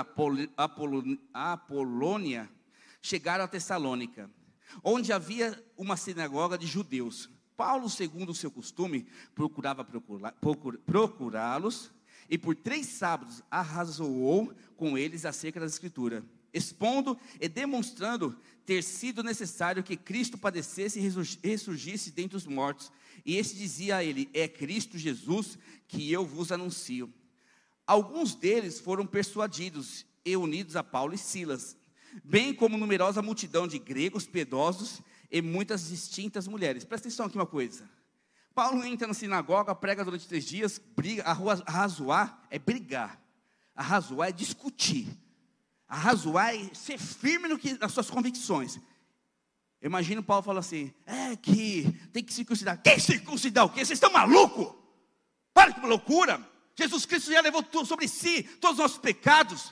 Apolônia, chegaram a Tessalônica, onde havia uma sinagoga de judeus. Paulo, segundo o seu costume, procurava procurá-los, e por 3 sábados arrazoou com eles acerca da Escritura, expondo e demonstrando ter sido necessário que Cristo padecesse e ressurgisse dentre os mortos. E este dizia a ele: é Cristo Jesus que eu vos anuncio. Alguns deles foram persuadidos e unidos a Paulo e Silas, bem como numerosa multidão de gregos piedosos e muitas distintas mulheres. Presta atenção aqui uma coisa. Paulo entra na sinagoga, prega durante 3 dias, briga. Arrazoar é brigar, arrazoar é discutir, arrazoar é ser firme nas suas convicções. Eu imagino Paulo falando assim: que tem que circuncidar. Quem circuncidar o quê? Vocês estão malucos? Para que loucura! Jesus Cristo já levou tudo sobre si, todos os nossos pecados.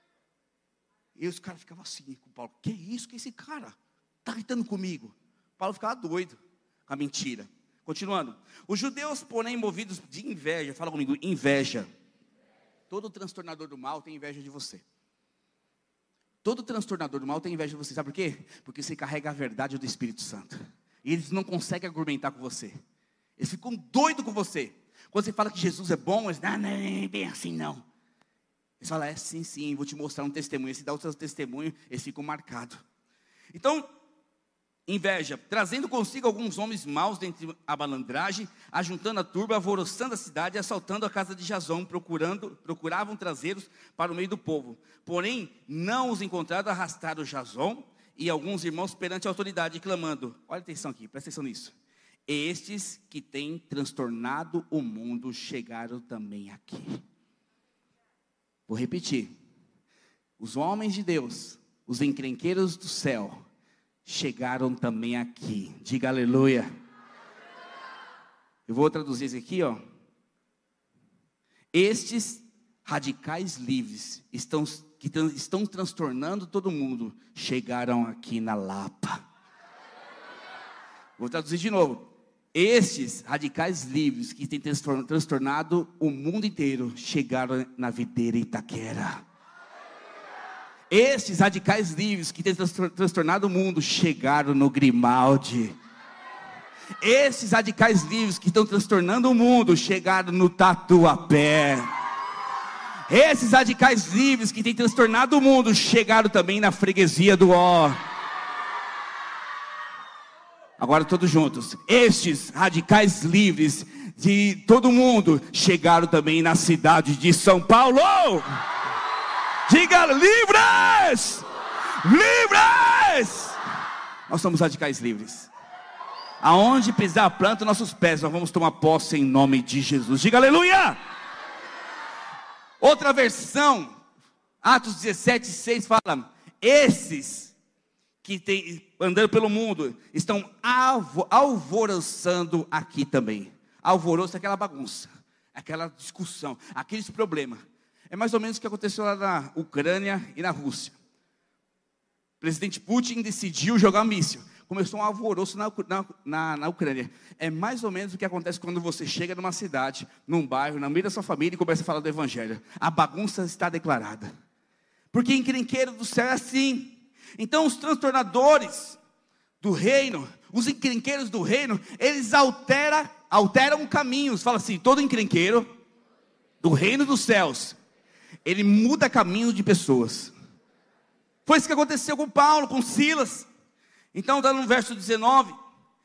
E os caras ficavam assim com Paulo: que isso, que esse cara está gritando comigo? Paulo ficava doido com a mentira. Continuando, os judeus, porém, movidos de inveja, fala comigo, inveja. Todo transtornador do mal tem inveja de você. Todo transtornador do mal tem inveja de você, sabe por quê? Porque você carrega a verdade do Espírito Santo, e eles não conseguem argumentar com você, eles ficam doidos com você. Quando você fala que Jesus é bom, eles não é bem assim não. Eles falam: sim, vou te mostrar um testemunho. Se dá o seu testemunho, eles ficam marcados. Então, inveja, trazendo consigo alguns homens maus dentre a malandragem, ajuntando a turba, alvoroçando a cidade, assaltando a casa de Jason, procuravam trazê-los para o meio do povo. Porém, não os encontraram, arrastaram Jason e alguns irmãos perante a autoridade, clamando: olha atenção aqui, presta atenção nisso. Estes que têm transtornado o mundo chegaram também aqui. Vou repetir. Os homens de Deus, os encrenqueiros do céu, chegaram também aqui. Diga aleluia. Eu vou traduzir isso aqui, ó. Estes radicais livres que estão transtornando todo mundo, chegaram aqui na Lapa. Vou traduzir de novo. Estes radicais livres que têm transtornado o mundo inteiro, chegaram na Videira Itaquera. Estes radicais livres que têm transtornado o mundo, chegaram no Grimaldi. Esses radicais livres que estão transtornando o mundo, chegaram no Tatuapé. Esses radicais livres que têm transtornado o mundo, chegaram também na freguesia do Ó. Agora todos juntos. Estes radicais livres de todo mundo, chegaram também na cidade de São Paulo. Diga: livres! Livres! Nós somos radicais livres. Aonde pisar a planta, nossos pés, nós vamos tomar posse em nome de Jesus. Diga aleluia! Outra versão, Atos 17:6 fala: esses que tem, andando pelo mundo, estão alvoroçando aqui também. Alvoroço é aquela bagunça, aquela discussão, aqueles problemas. É mais ou menos o que aconteceu lá na Ucrânia e na Rússia. O presidente Putin decidiu jogar um míssil. Começou um alvoroço na Ucrânia. É mais ou menos o que acontece quando você chega numa cidade, num bairro, no meio da sua família, e começa a falar do evangelho. A bagunça está declarada. Porque encrenqueiro do céu é assim. Então os transtornadores do reino, os encrenqueiros do reino, eles alteram caminhos. Fala assim, todo encrenqueiro do reino dos céus, ele muda caminho de pessoas. Foi isso que aconteceu com Paulo, com Silas. Então está no verso 19,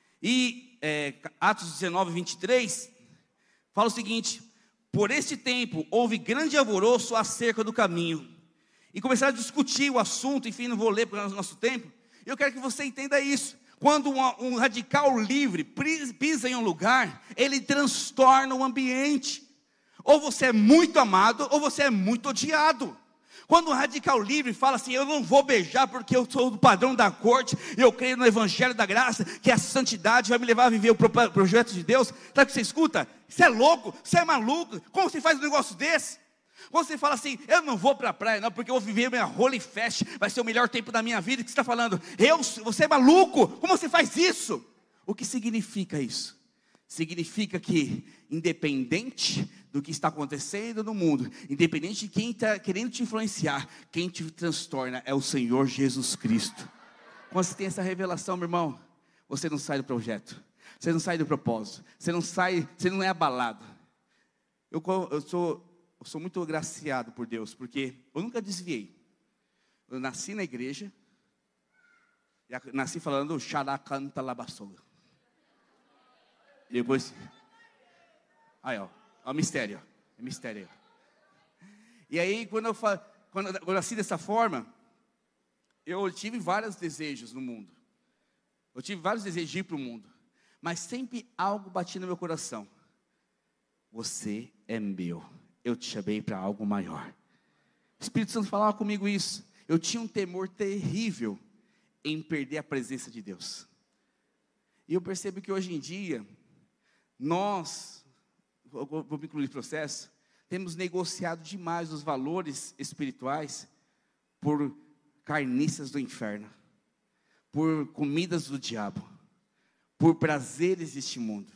Atos 19, 23, fala o seguinte: por este tempo houve grande alvoroço acerca do caminho, e começaram a discutir o assunto. Enfim, não vou ler porque é o nosso tempo. Eu quero que você entenda isso. Quando um radical livre pisa em um lugar, ele transtorna o ambiente. Ou você é muito amado, ou você é muito odiado. Quando um radical livre fala assim, eu não vou beijar porque eu sou do padrão da corte, eu creio no evangelho da graça, que a santidade vai me levar a viver o projeto de Deus. Sabe o que você escuta? Você é louco, você é maluco, como você faz um negócio desse? Quando você fala assim, eu não vou para a praia não, porque eu vou viver minha Holy Fest, vai ser o melhor tempo da minha vida. O que você está falando? Você é maluco, como você faz isso? O que significa isso? Significa que, independente do que está acontecendo no mundo, independente de quem está querendo te influenciar, quem te transtorna é o Senhor Jesus Cristo. Quando você tem essa revelação, meu irmão, você não sai do projeto, você não sai do propósito, você não é abalado. Eu sou muito agraciado por Deus, porque eu nunca desviei. Eu nasci na igreja, nasci falando Xaracanta Labassoga. E depois, aí ó, é um mistério, é mistério. E aí quando eu nasci dessa forma, eu tive vários desejos no mundo. Eu tive vários desejos de ir para o mundo, mas sempre algo batia no meu coração. Você é meu, eu te chamei para algo maior. O Espírito Santo falava comigo isso. Eu tinha um temor terrível em perder a presença de Deus. E eu percebo que hoje em dia, nós, vou me incluir no processo, temos negociado demais os valores espirituais por carniças do inferno, por comidas do diabo, por prazeres deste mundo.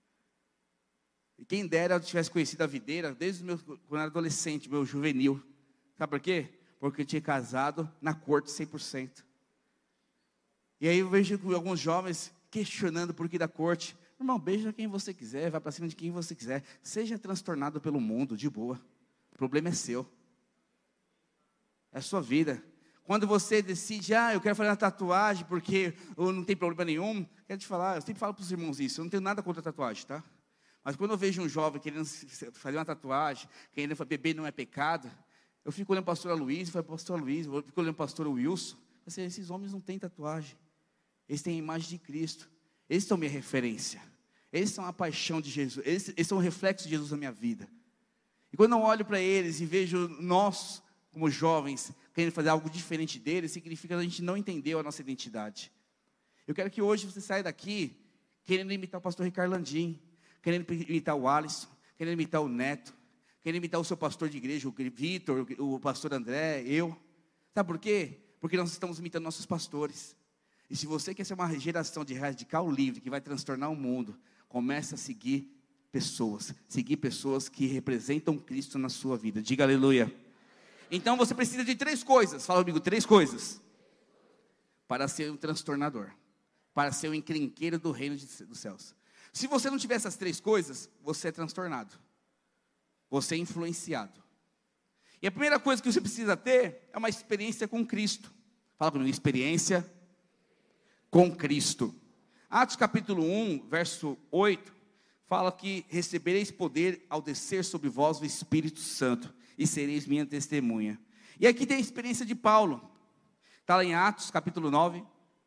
E quem dera eu tivesse conhecido a videira desde quando eu era adolescente, meu juvenil. Sabe por quê? Porque eu tinha casado na corte 100%. E aí eu vejo alguns jovens questionando por que da corte. Irmão, beija quem você quiser, vai para cima de quem você quiser. Seja transtornado pelo mundo, de boa. O problema é seu. É a sua vida. Quando você decide, eu quero fazer uma tatuagem porque eu não tem problema nenhum. Quero te falar, eu sempre falo para os irmãos isso, eu não tenho nada contra a tatuagem, tá? Mas quando eu vejo um jovem querendo fazer uma tatuagem, querendo beber não é pecado, eu fico olhando para a pastora Luiz, eu fico olhando para o pastor Wilson, assim, esses homens não têm tatuagem, eles têm a imagem de Cristo, eles são minha referência, eles são a paixão de Jesus, eles são o reflexo de Jesus na minha vida. E quando eu olho para eles e vejo nós, como jovens, querendo fazer algo diferente deles, significa que a gente não entendeu a nossa identidade. Eu quero que hoje você saia daqui querendo imitar o pastor Ricardo Landim, querendo imitar o Alisson, querendo imitar o Neto, querendo imitar o seu pastor de igreja, o Vitor, o pastor André, eu. Sabe por quê? Porque nós estamos imitando nossos pastores. E se você quer ser uma geração de radical livre, que vai transtornar o mundo, comece a seguir pessoas que representam Cristo na sua vida. Diga aleluia. Então você precisa de 3 coisas, fala comigo, 3 coisas, para ser um transtornador, para ser um encrenqueiro do reino dos céus. Se você não tiver essas 3 coisas, você é transtornado, você é influenciado. E a primeira coisa que você precisa ter é uma experiência com Cristo. Fala comigo, experiência com Cristo. Atos capítulo 1, verso 8, fala que recebereis poder ao descer sobre vós o Espírito Santo, e sereis minha testemunha. E aqui tem a experiência de Paulo, está lá em Atos capítulo 9,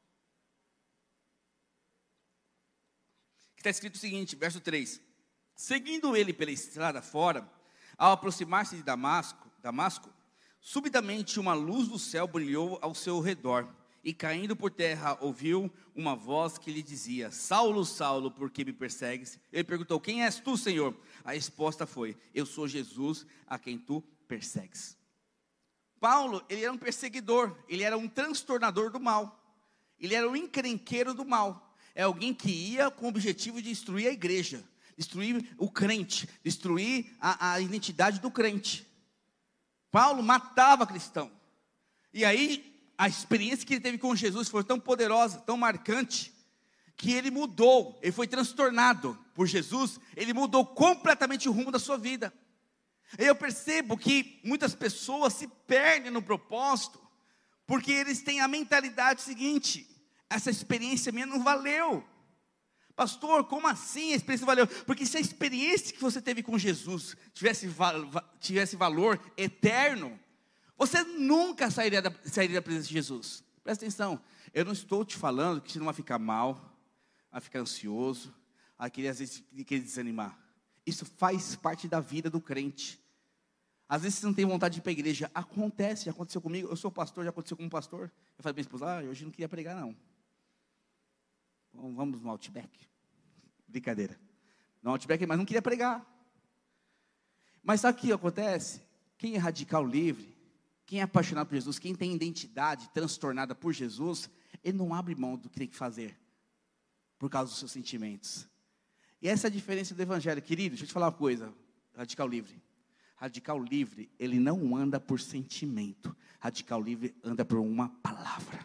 que está escrito o seguinte, verso 3, seguindo ele pela estrada fora, ao aproximar-se de Damasco, subitamente uma luz do céu brilhou ao seu redor, e caindo por terra, ouviu uma voz que lhe dizia, Saulo, Saulo, por que me persegues? Ele perguntou, quem és tu, Senhor? A resposta foi, eu sou Jesus, a quem tu persegues. Paulo, ele era um perseguidor, ele era um transtornador do mal, ele era um encrenqueiro do mal, é alguém que ia com o objetivo de destruir a igreja, destruir o crente, destruir a identidade do crente. Paulo matava cristão. E aí, a experiência que ele teve com Jesus foi tão poderosa, tão marcante, que ele mudou, ele foi transtornado por Jesus, ele mudou completamente o rumo da sua vida. E eu percebo que muitas pessoas se perdem no propósito, porque eles têm a mentalidade seguinte: essa experiência minha não valeu. Pastor, como assim a experiência não valeu? Porque se a experiência que você teve com Jesus tivesse valor eterno, você nunca sairia da presença de Jesus. Presta atenção, eu não estou te falando que você não vai ficar mal, vai ficar ansioso, vai querer às vezes querer desanimar. Isso faz parte da vida do crente. Às vezes você não tem vontade de ir para a igreja. Acontece, já aconteceu comigo. Eu sou pastor, já aconteceu com um pastor. Eu falei para minha esposa: hoje não queria pregar não. Vamos no Outback. Brincadeira. No Outback, mas não queria pregar. Mas sabe o que acontece? Quem é radical livre, quem é apaixonado por Jesus, quem tem identidade transtornada por Jesus, ele não abre mão do que tem que fazer, por causa dos seus sentimentos. E essa é a diferença do evangelho, querido. Deixa eu te falar uma coisa, radical livre. Radical livre, ele não anda por sentimento. Radical livre anda por uma palavra.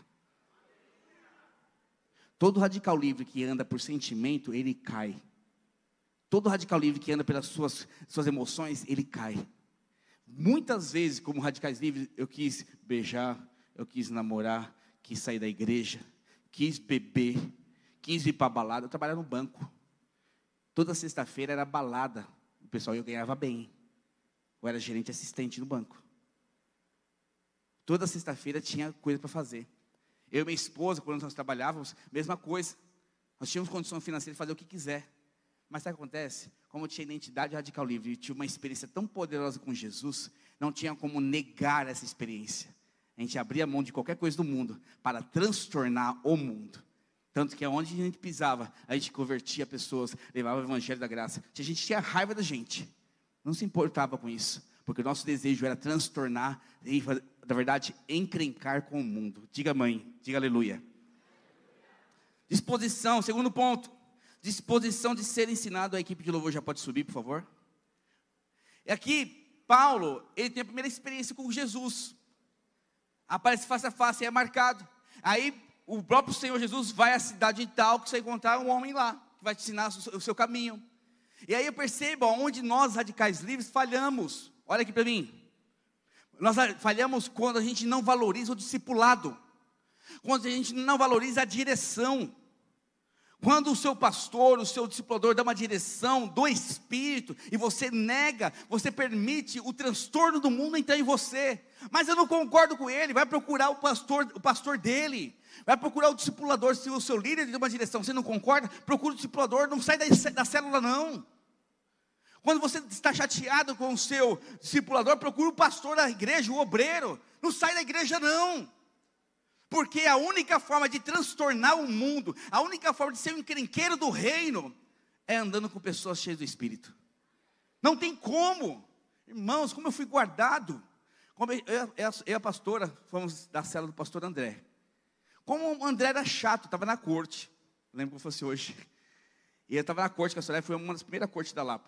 Todo radical livre que anda por sentimento, ele cai. Todo radical livre que anda pelas suas emoções, ele cai. Muitas vezes, como radicais livres, eu quis beijar, eu quis namorar, quis sair da igreja, quis beber, quis ir para a balada. Eu trabalhava no banco. Toda sexta-feira era balada. O pessoal, eu ganhava bem. Eu era gerente assistente no banco. Toda sexta-feira tinha coisa para fazer. Eu e minha esposa, quando nós trabalhávamos, mesma coisa. Nós tínhamos condição financeira de fazer o que quiser. Mas sabe o que acontece? Como eu tinha identidade radical livre e tinha uma experiência tão poderosa com Jesus, não tinha como negar essa experiência. A gente abria mão de qualquer coisa do mundo para transtornar o mundo. Tanto que onde a gente pisava, a gente convertia pessoas, levava o evangelho da graça. A gente tinha raiva da gente, não se importava com isso, porque o nosso desejo era transtornar e, na verdade, encrencar com o mundo. Diga amém, diga aleluia. Disposição, segundo ponto. Disposição de ser ensinado. A equipe de louvor já pode subir, por favor. E aqui, Paulo, ele tem a primeira experiência com Jesus. Aparece face a face e é marcado. Aí, o próprio Senhor Jesus vai à cidade tal, que você vai encontrar um homem lá, que vai te ensinar o seu caminho. E aí eu percebo onde nós, radicais livres, falhamos. Olha aqui para mim. Nós falhamos quando a gente não valoriza o discipulado. Quando a gente não valoriza a direção. Quando o seu pastor, o seu discipulador dá uma direção do Espírito e você nega, você permite o transtorno do mundo entrar em você. Mas eu não concordo com ele. Vai procurar o pastor dele. Vai procurar o discipulador. Se o seu líder dá uma direção, você não concorda, procura o discipulador. Não sai da célula não. Quando você está chateado com o seu discipulador, procura o pastor da igreja, o obreiro. Não sai da igreja não. Porque a única forma de transtornar o mundo, a única forma de ser um encrenqueiro do reino, é andando com pessoas cheias do Espírito. Não tem como. Irmãos, como eu fui guardado. Como eu e a pastora, fomos da cela do pastor André. Como o André era chato, estava na corte. Lembro como fosse hoje. E eu estava na corte, que a Soraya foi uma das primeiras cortes da Lapa.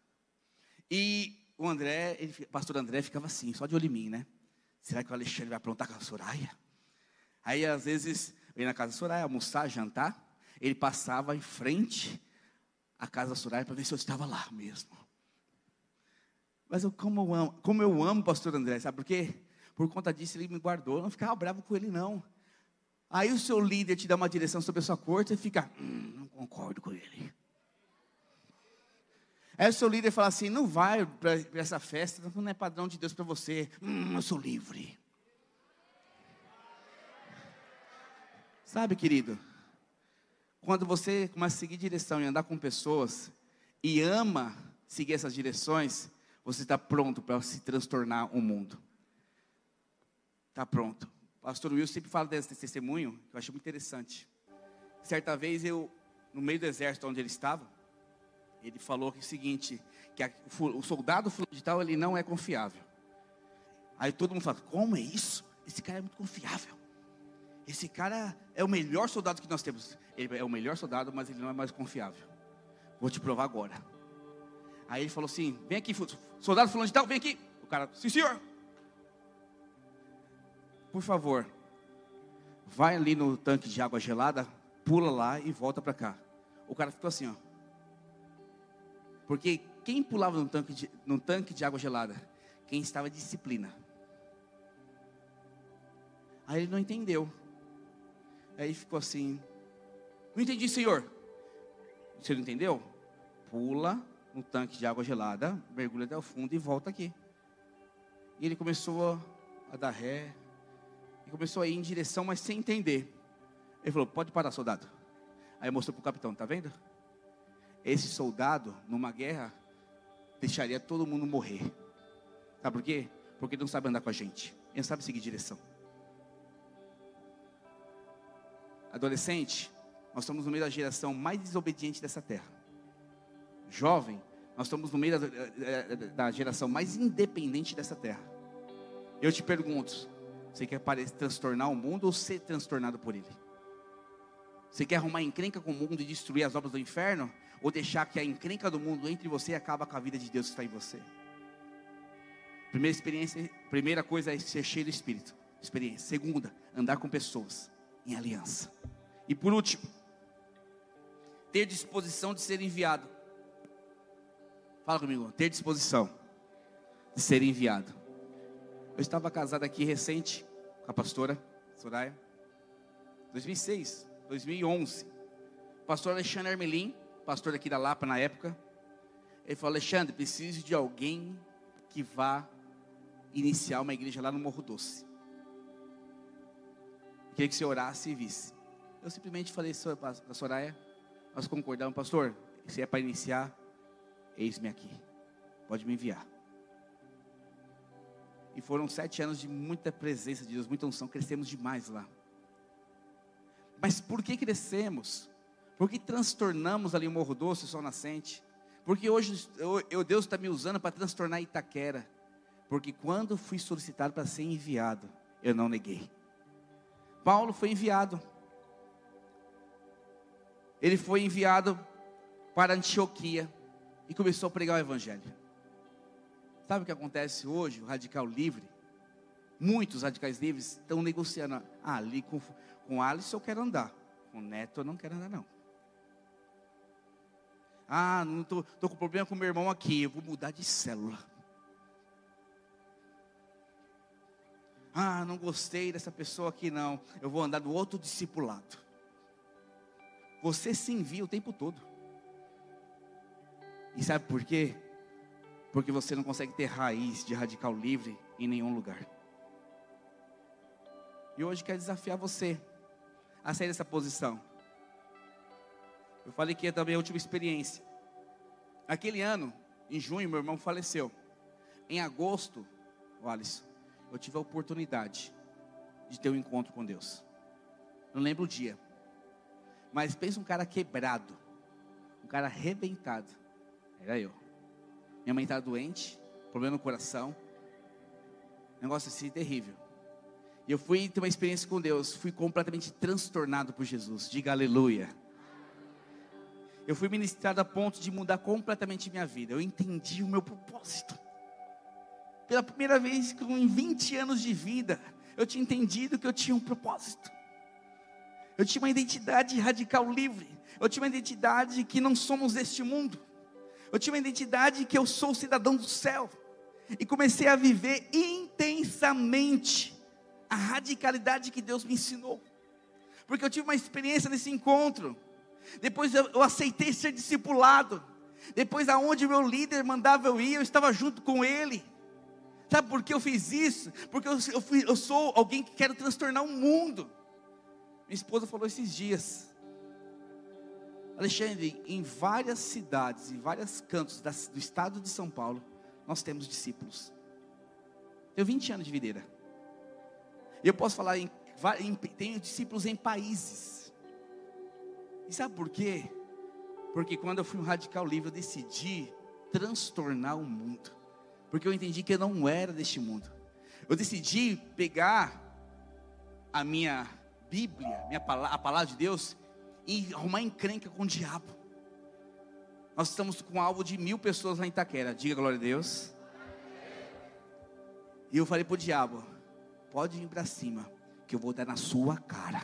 E o André, pastor André ficava assim, só de olho em mim, né? Será que o Alexandre vai aprontar com a Soraya? Aí, às vezes, eu ia na casa da Soraya, almoçar, jantar. Ele passava em frente à casa da Soraya para ver se eu estava lá mesmo. Mas como eu amo o pastor André, sabe por quê? Por conta disso, ele me guardou. Eu não ficava bravo com ele, não. Aí o seu líder te dá uma direção sobre a sua corte e fica, não concordo com ele. Aí o seu líder fala assim, não vai para essa festa, não é padrão de Deus para você. Eu sou livre. Sabe, querido, quando você começa a seguir direção e andar com pessoas, e ama seguir essas direções, você está pronto para se transtornar o mundo. Está pronto. O pastor Will sempre fala desse testemunho, que eu achei muito interessante. Certa vez no meio do exército onde ele estava, ele falou que o seguinte, que o soldado fulano de tal, ele não é confiável. Aí todo mundo fala, como é isso? Esse cara é muito confiável. Esse cara é o melhor soldado que nós temos. Ele é o melhor soldado, mas ele não é mais confiável. Vou te provar agora. Aí ele falou assim, vem aqui, soldado fulano de tal, vem aqui. O cara, sim senhor. por favor, vai ali no tanque de água gelada, pula lá e volta para cá. O cara ficou assim, ó. Porque quem pulava no tanque de água gelada? Quem estava em disciplina. Aí ele não entendeu. Aí ficou assim, não entendi, Senhor. Você não entendeu? Pula no tanque de água gelada, mergulha até o fundo e volta aqui. E ele começou a dar ré, e começou a ir em direção, mas sem entender. Ele falou, pode parar, soldado. Aí mostrou para o capitão, tá vendo? Esse soldado, numa guerra, deixaria todo mundo morrer. Sabe por quê? Porque ele não sabe andar com a gente. Ele não sabe seguir direção. Adolescente, nós estamos no meio da geração mais desobediente dessa terra. Jovem, nós estamos no meio da geração mais independente dessa terra. Eu te pergunto, você quer transtornar o mundo ou ser transtornado por ele? Você quer arrumar encrenca com o mundo e destruir as obras do inferno? Ou deixar que a encrenca do mundo entre você e acaba com a vida de Deus que está em você? Primeira coisa é ser cheio do Espírito. Experiência. Segunda, andar com pessoas em aliança. E por último, ter disposição de ser enviado. Fala comigo, ter disposição de ser enviado. Eu estava casado aqui recente com a pastora Soraya, 2006, 2011. Pastor Alexandre Armelin, pastor aqui da Lapa na época. Ele falou, Alexandre, preciso de alguém que vá iniciar uma igreja lá no Morro Doce. Queria que você orasse e visse. Eu simplesmente falei para a Soraya, nós concordamos, pastor, se é para iniciar, eis-me aqui, pode me enviar. E foram 7 anos de muita presença de Deus, muita unção, crescemos demais lá. Mas por que crescemos? Por que transtornamos ali o Morro Doce, o Sol Nascente? Porque hoje Deus está me usando para transtornar Itaquera. Porque quando fui solicitado para ser enviado, eu não neguei. Paulo foi enviado. Ele foi enviado para Antioquia e começou a pregar o Evangelho. Sabe o que acontece hoje? O radical livre, muitos radicais livres estão negociando. Ali com Alisson eu quero andar, com Neto eu não quero andar não. Não tô com problema com meu irmão aqui, eu vou mudar de célula. Não gostei dessa pessoa aqui não, eu vou andar no outro discipulado. Você se envia o tempo todo. E sabe por quê? Porque você não consegue ter raiz de radical livre em nenhum lugar. E hoje quero desafiar você a sair dessa posição. Eu falei que é também a última experiência. Aquele ano, em junho, meu irmão faleceu. Em agosto, Alisson, eu tive a oportunidade de ter um encontro com Deus. Não lembro o dia. Mas pensa um cara quebrado, um cara arrebentado. Era eu. Minha mãe estava doente, problema no coração. Negócio assim terrível. E eu fui ter uma experiência com Deus. Fui completamente transtornado por Jesus. Diga aleluia. Eu fui ministrado a ponto de mudar completamente minha vida. Eu entendi o meu propósito. Pela primeira vez em 20 anos de vida, eu tinha entendido que eu tinha um propósito. Eu tinha uma identidade radical livre. Eu tinha uma identidade que não somos deste mundo. Eu tinha uma identidade que eu sou cidadão do céu. E comecei a viver intensamente a radicalidade que Deus me ensinou. Porque eu tive uma experiência nesse encontro. Depois eu aceitei ser discipulado. Depois aonde o meu líder mandava eu ir, eu estava junto com ele. Sabe por que eu fiz isso? Porque eu sou alguém que quero transtornar o mundo. Minha esposa falou esses dias, Alexandre, em várias cidades, em vários cantos do estado de São Paulo, nós temos discípulos. Tenho 20 anos de videira. E eu posso falar, tenho discípulos em países. E sabe por quê? Porque quando eu fui um radical livre, eu decidi transtornar o mundo. Porque eu entendi que eu não era deste mundo. Eu decidi pegar a minha Bíblia, a palavra de Deus, e arrumar encrenca com o diabo. Nós estamos com um alvo de 1000 pessoas lá em Itaquera. Diga glória a Deus. E eu falei para o diabo, pode vir para cima, que eu vou dar na sua cara.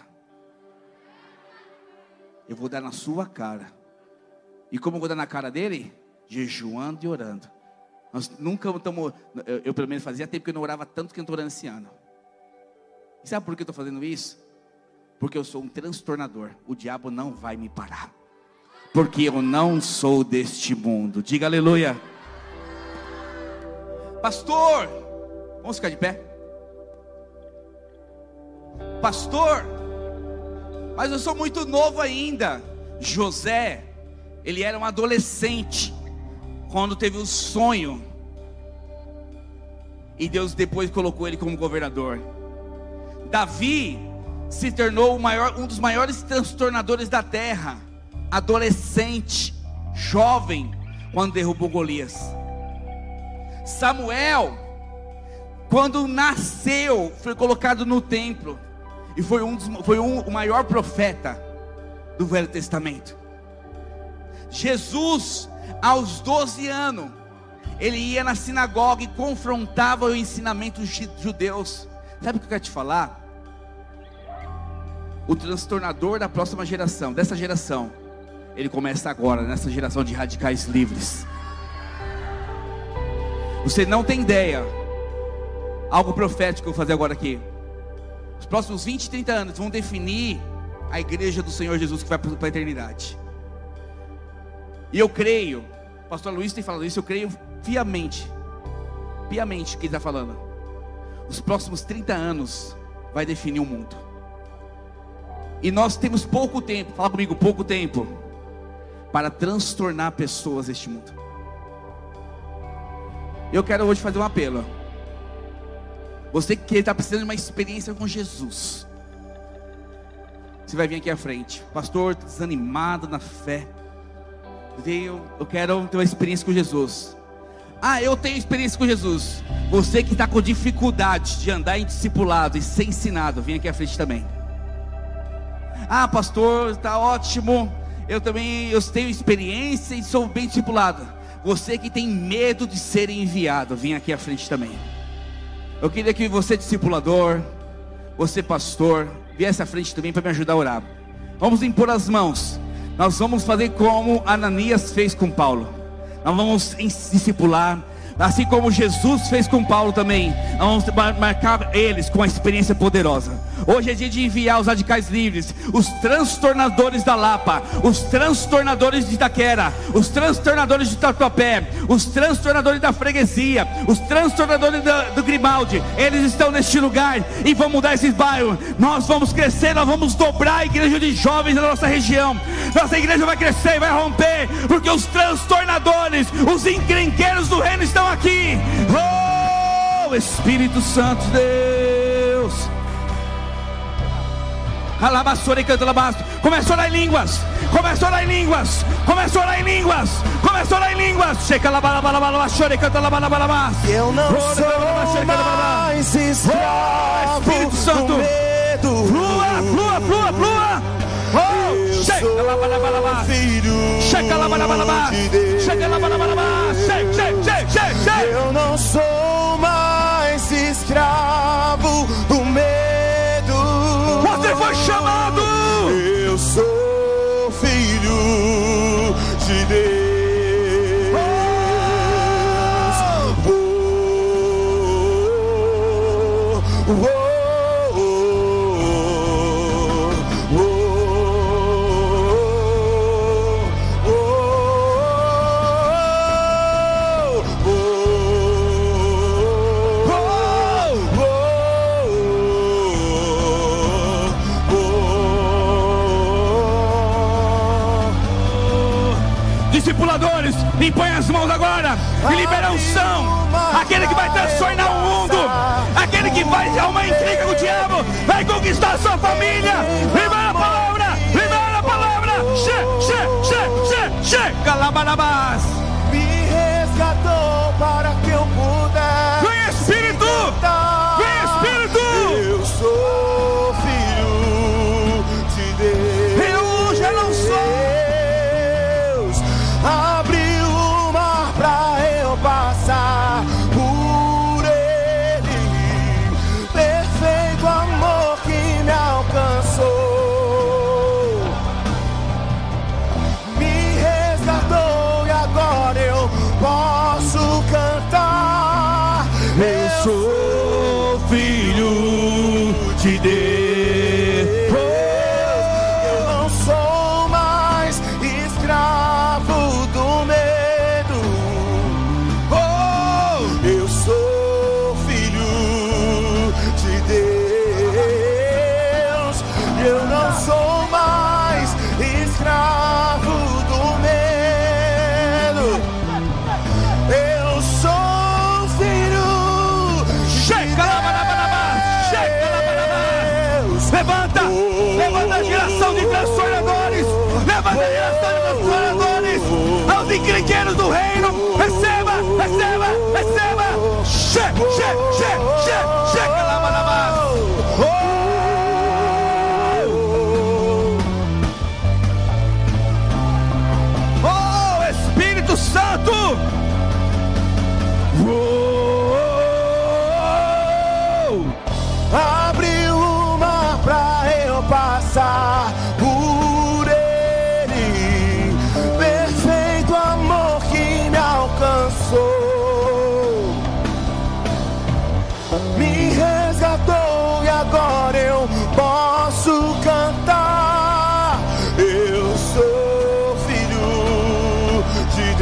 Eu vou dar na sua cara. E como eu vou dar na cara dele? Jejuando e orando. Nós nunca estamos, eu pelo menos fazia tempo que eu não orava tanto que eu estou orando esse ano. E sabe por que eu estou fazendo isso? Porque eu sou um transtornador. O diabo não vai me parar. Porque eu não sou deste mundo. Diga aleluia. Pastor, vamos ficar de pé. Pastor, mas eu sou muito novo ainda. José, ele era um adolescente quando teve o sonho, e Deus depois colocou ele como governador. Davi se tornou um dos maiores transtornadores da terra, adolescente, jovem, quando derrubou Golias. Samuel, quando nasceu, foi colocado no templo, e foi o maior profeta do Velho Testamento. Jesus, aos 12 anos, ele ia na sinagoga e confrontava o ensinamento dos judeus. Sabe o que eu quero te falar? O transtornador da próxima geração, dessa geração, ele começa agora, nessa geração de radicais livres. Você não tem ideia. Algo profético que eu vou fazer agora aqui. Os próximos 20, 30 anos vão definir a igreja do Senhor Jesus, que vai para a eternidade. E eu creio, o pastor Luiz tem falado isso, eu creio piamente que ele está falando. Os próximos 30 anos vai definir o mundo. E nós temos pouco tempo, fala comigo, pouco tempo, para transtornar pessoas deste mundo. Eu quero hoje fazer um apelo. Você que está precisando de uma experiência com Jesus, você vai vir aqui à frente. Pastor, estou desanimado na fé. Eu quero ter uma experiência com Jesus. Eu tenho experiência com Jesus. Você que está com dificuldade de andar em discipulado e ser ensinado, vem aqui à frente também. Pastor, está ótimo. Eu tenho experiência e sou bem discipulado. Você que tem medo de ser enviado, vem aqui à frente também. Eu queria que você, discipulador, você, pastor, viesse à frente também para me ajudar a orar. Vamos impor as mãos. Nós vamos fazer como Ananias fez com Paulo. Nós vamos discipular, assim como Jesus fez com Paulo também. Nós vamos marcar eles com uma experiência poderosa. Hoje é dia de enviar os radicais livres, os transtornadores da Lapa, os transtornadores de Itaquera, os transtornadores de Tatuapé, os transtornadores da freguesia, os transtornadores do Grimaldi. Eles estão neste lugar e vão mudar esses bairros. Nós vamos crescer, nós vamos dobrar a igreja de jovens da nossa região. Nossa igreja vai crescer e vai romper, porque os transtornadores, os encrenqueiros do reino estão aqui. Oh, Espírito Santo de Deus. Alabaçore, canta alabaço. Começa a orar em línguas. Começa a orar em línguas. Começa a orar em línguas. Começa a orar em línguas. Checa alabalabala, chore, canta alabalabala. Eu não sou mais escravo do medo. Flua. Oh, checa alabalabala. Checa alabalabala. Checa alabalabala. Checa. Eu não sou mais escravo do medo. Você foi chamado. Eu sou filho de Deus. Discipuladores, impõe as mãos agora e libera a unção. Aquele que vai transtornar o mundo, aquele que vai arrumar intriga com o diabo, vai conquistar a sua família. Libera a palavra, libera a palavra. Chega lá, Barabás. Me resgatou para que eu pudesse. Vem Espírito, vem Espírito. Eu sou filho de Deus. Eu já não sou. Abriu o mar pra eu passar por ele. de Deus. Eu não sou mais escravo do medo. Eu sou filho de Deus. Eu não sou mais escravo do medo. Eu sou filho de Deus. Levanta a geração de transformadores. Levanta a geração de transformadores. Aos encrenqueiros do reino. Receba. Chega lá, Barabás. Oh, Espírito Santo. Abriu o mar pra eu passar por ele. Perfeito amor que me alcançou. Me resgatou e agora eu posso cantar. Eu sou filho de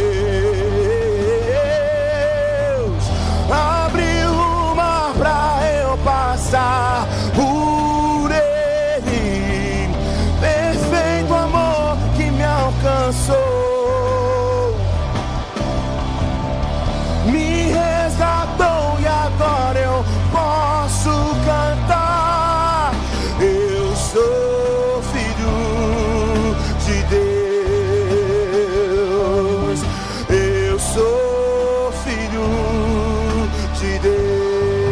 Deus. Abriu o mar pra eu passar por ele. Perfeito amor que me alcançou. Me resgatou e agora eu posso cantar. Eu sou filho de Deus. Eu sou filho de Deus.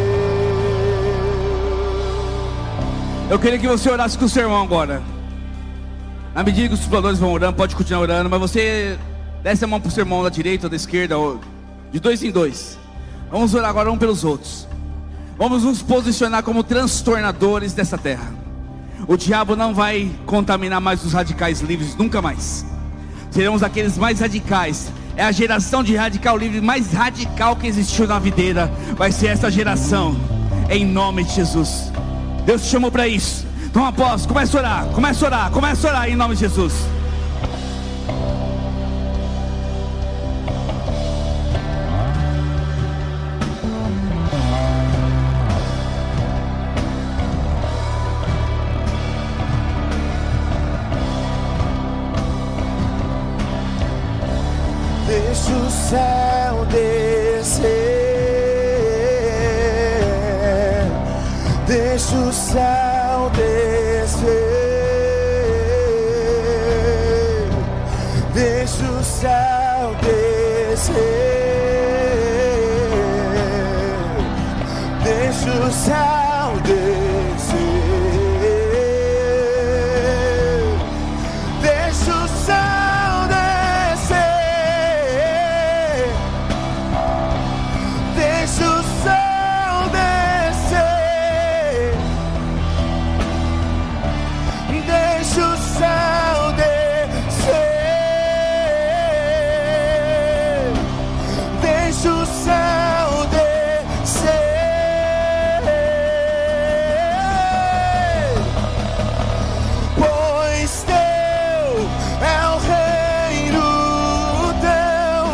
Eu queria que você orasse com o seu irmão agora. Na medida que os exploradores vão orando, pode continuar orando, mas você desce a mão para o seu irmão da direita ou da esquerda, ou de dois em dois. Vamos orar agora um pelos outros. Vamos nos posicionar como transtornadores dessa terra. O diabo não vai contaminar mais os radicais livres, nunca mais. Seremos aqueles mais radicais. É a geração de radical livre mais radical que existiu na videira. Vai ser essa geração, em nome de Jesus. Deus te chamou para isso. Toma posse, começa a orar em nome de Jesus. Deixa o céu descer. Deixa o céu descer. Deixa o céu descer. Deixa o céu descer. Deixa o céu descer. Deixa o céu descer. Deixa o céu descer. Deixa o céu descer. Pois teu é o reino, teu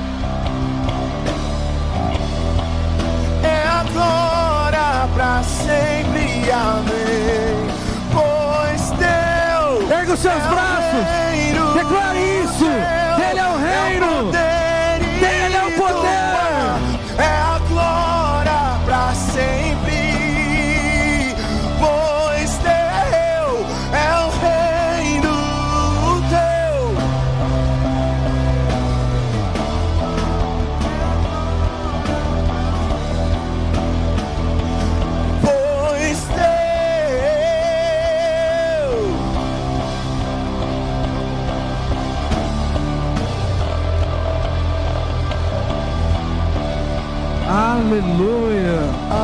é a glória pra sempre, amém. Pois teu Erga os seus braços, declare isso. Ele é o reino, dele é o poder. É a glória pra sempre. Pois teu é o reino, teu pois teu. Aleluia,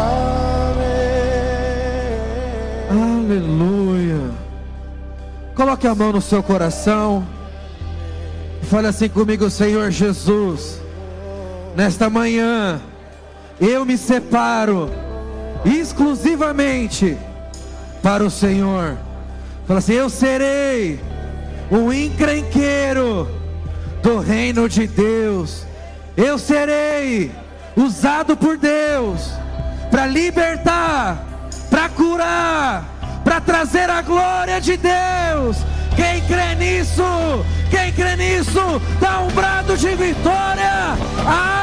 Amém. Aleluia. Coloque a mão no seu coração e fale assim comigo: Senhor Jesus, nesta manhã eu me separo exclusivamente para o Senhor. Fala assim: eu serei o encrenqueiro do reino de Deus. Eu serei usado por Deus para libertar, para curar, para trazer a glória de Deus. Quem crê nisso, dá um brado de vitória.